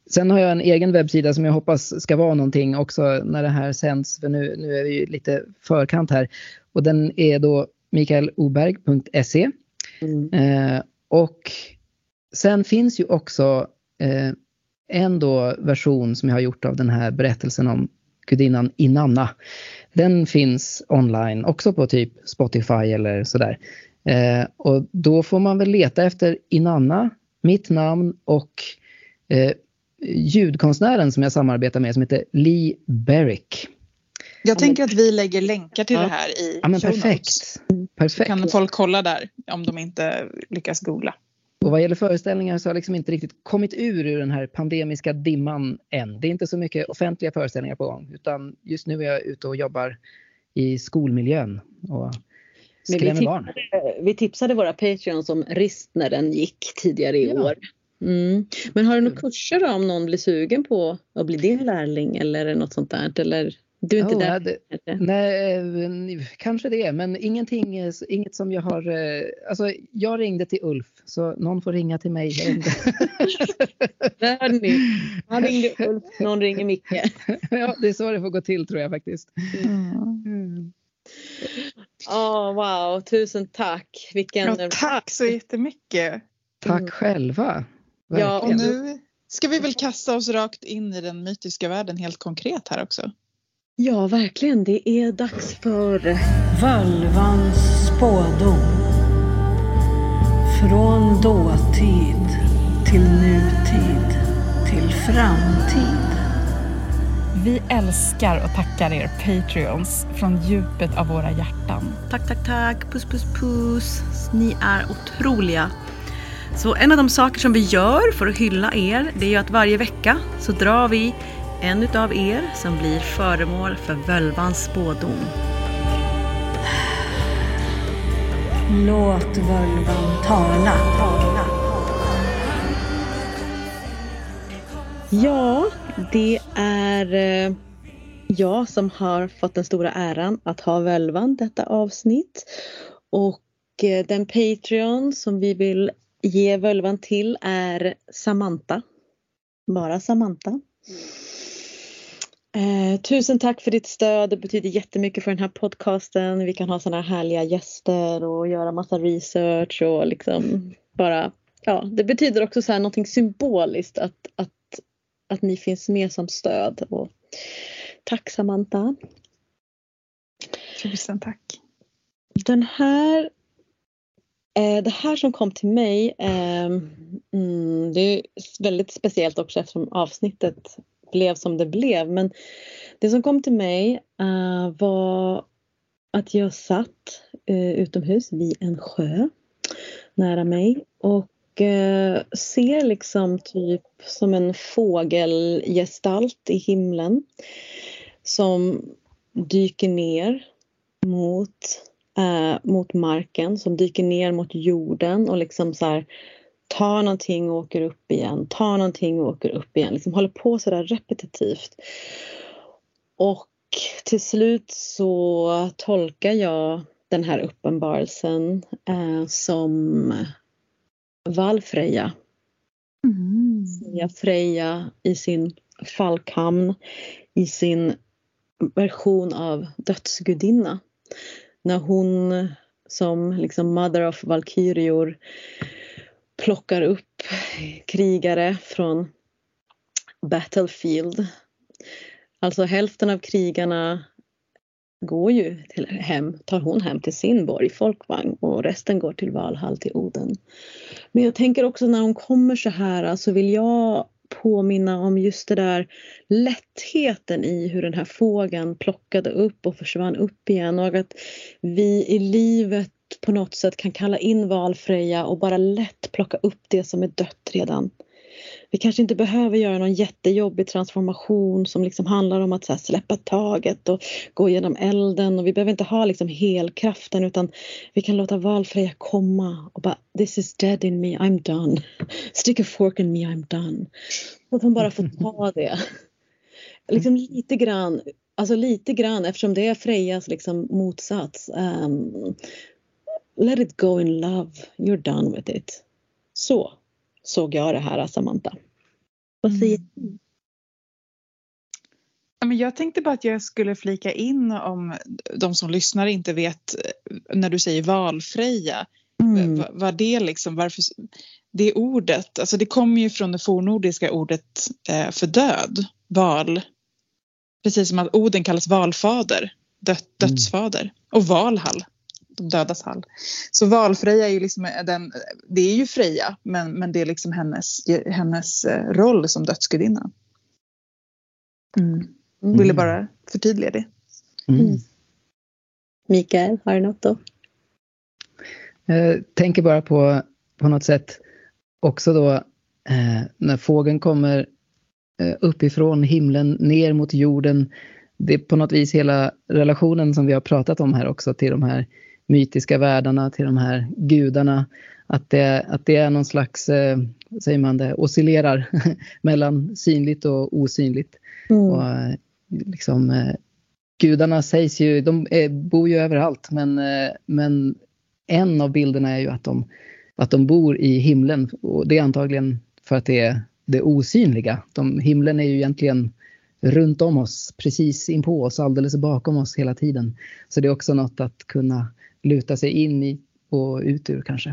Sen har jag en egen webbsida som jag hoppas ska vara någonting också när det här sänds. För nu är vi ju lite förkant här. Och den är då mikaeloberg.se. Och sen finns ju också en då version som jag har gjort av den här berättelsen om gudinnan Inanna. Den finns online också på typ Spotify eller sådär. Och då får man väl leta efter Inanna, mitt namn och ljudkonstnären som jag samarbetar med som heter Lee Berrick. Jag tänker att vi lägger länkar till det här i show notes. Perfekt. Perfekt. Kan folk kolla där om de inte lyckas googla. Och vad gäller föreställningar så har jag liksom inte riktigt kommit ur den här pandemiska dimman än. Det är inte så mycket offentliga föreställningar på gång. Utan just nu är jag ute och jobbar i skolmiljön och skrämmer barn. Vi tipsade våra Patreons om Rist när den gick tidigare i år. Men har du några kurser då, om någon blir sugen på att bli din lärling eller något sånt där? Eller du är inte där? Nej, kanske det. Men inget som jag har... Alltså, jag ringde till Ulf. Så någon får ringa till mig. Där hörde ni. Han ringde Ulf, någon ringer Micke. Ja, det är så det får gå till tror jag faktiskt. Wow, tusen tack. Tack så jättemycket. Tack själva. Ja, och nu ska vi väl kasta oss rakt in i den mytiska världen helt konkret här också. Ja, verkligen. Det är dags för Völvans spådom. Från dåtid till nutid till framtid. Vi älskar och tackar er Patreons från djupet av våra hjärtan. Tack. Puss. Ni är otroliga. Så en av de saker som vi gör för att hylla er, det är ju att varje vecka så drar vi en utav er som blir föremål för Völvans spådom. Låt völvan tala. Ja, det är jag som har fått den stora äran att ha Völvan detta avsnitt. Och den Patreon som vi vill ge Völvan till är Samantha. Bara Samantha. Tusen tack för ditt stöd. Det betyder jättemycket för den här podcasten. Vi kan ha såna här härliga gäster och göra massa research och liksom bara, det betyder också så här någonting symboliskt att ni finns med som stöd. Och tack Samantha. Tusen tack. Det här som kom till mig, det är väldigt speciellt också eftersom avsnittet blev som det blev. Men det som kom till mig var att jag satt utomhus vid en sjö nära mig och ser liksom typ som en fågelgestalt i himlen som dyker ner mot marken, som dyker ner mot jorden och liksom så här tar någonting och åker upp igen, liksom håller på så där repetitivt. Och till slut så tolkar jag den här uppenbarelsen som Valfreja. Freja i sin falkhamn, i sin version av dödsgudinna. När hon som liksom mother of valkyrior plockar upp krigare från battlefield. Alltså hälften av krigarna går ju tar hon hem till sin borg, folkvagn, och resten går till Valhall, till Oden. Men jag tänker också när hon kommer så här så vill jag påminna om just det där lättheten i hur den här fågeln plockade upp och försvann upp igen, och att vi i livet på något sätt kan kalla in Valfreja och bara lätt plocka upp det som är dött redan. Vi kanske inte behöver göra någon jättejobbig transformation som liksom handlar om att så här släppa taget och gå genom elden, och vi behöver inte ha liksom helkraften, utan vi kan låta Valfreja komma och bara, this is dead in me, I'm done. Stick a fork in me, I'm done. Och att hon bara får ta det. Liksom lite grann eftersom det är Frejas liksom motsats. Let it go in love, you're done with it. Så såg jag det här, Samantha. Vad säger du? Men jag tänkte bara att jag skulle flika in om de som lyssnar inte vet när du säger valfreja. Vad det liksom, varför det ordet, alltså det kommer ju från det fornnordiska ordet för död, val. Precis som att Oden kallas valfader, dödsfader, och Valhall, de dödas hall. Så valfreja är ju liksom det är ju Freja, men det är liksom hennes roll som dödsgudinna. Ville bara förtydliga det. Mikael, har du något då? Jag tänker bara på något sätt också då när fågeln kommer uppifrån himlen ner mot jorden. Det är på något vis hela relationen som vi har pratat om här också till de här mytiska världarna, till de här gudarna. Att det är någon slags, säger man det, oscillerar mellan synligt och osynligt. Och liksom gudarna sägs ju, de bor ju överallt, men en av bilderna är ju att de bor i himlen, och det är antagligen för att det är det osynliga. Himlen är ju egentligen runt om oss, precis inpå oss, alldeles bakom oss hela tiden. Så det är också något att kunna luta sig in i och ut ur kanske.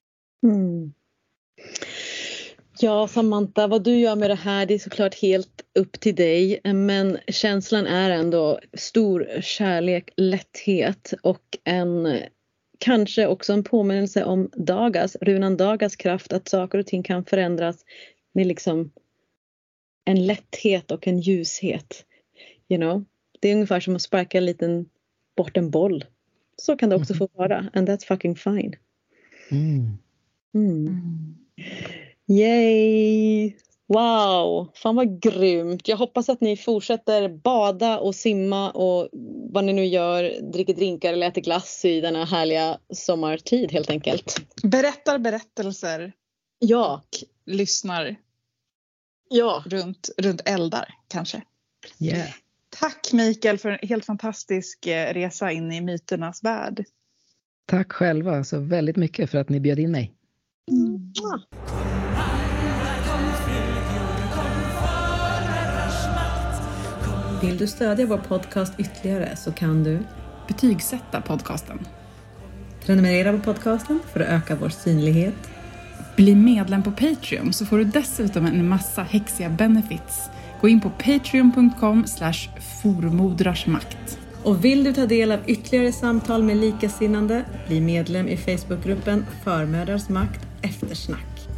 Ja, Samantha, vad du gör med det här, det är såklart helt upp till dig. Men känslan är ändå stor kärlek, lätthet och kanske också en påminnelse om runan Dagas kraft, att saker och ting kan förändras med liksom en lätthet och en ljushet. You know? Det är ungefär som att sparka bort en boll. Så kan det också få vara. And that's fucking fine. Yay! Wow! Fan vad grymt. Jag hoppas att ni fortsätter bada och simma och vad ni nu gör, dricker drinkar eller äter glass i denna härliga sommartid helt enkelt. Berättar berättelser. Ja. Och lyssnar. Ja. Runt eldar kanske. Yeah. Tack Mikael för en helt fantastisk resa in i myternas värld. Tack själva så väldigt mycket för att ni bjöd in mig. Vill du stödja vår podcast ytterligare så kan du betygsätta podcasten. prenumerera på podcasten för att öka vår synlighet. Bli medlem på Patreon så får du dessutom en massa häxiga benefits. Gå in på patreon.com/formodrarsmakt. Och vill du ta del av ytterligare samtal med likasinnande, bli medlem i Facebookgruppen Förmödrars makt eftersnack.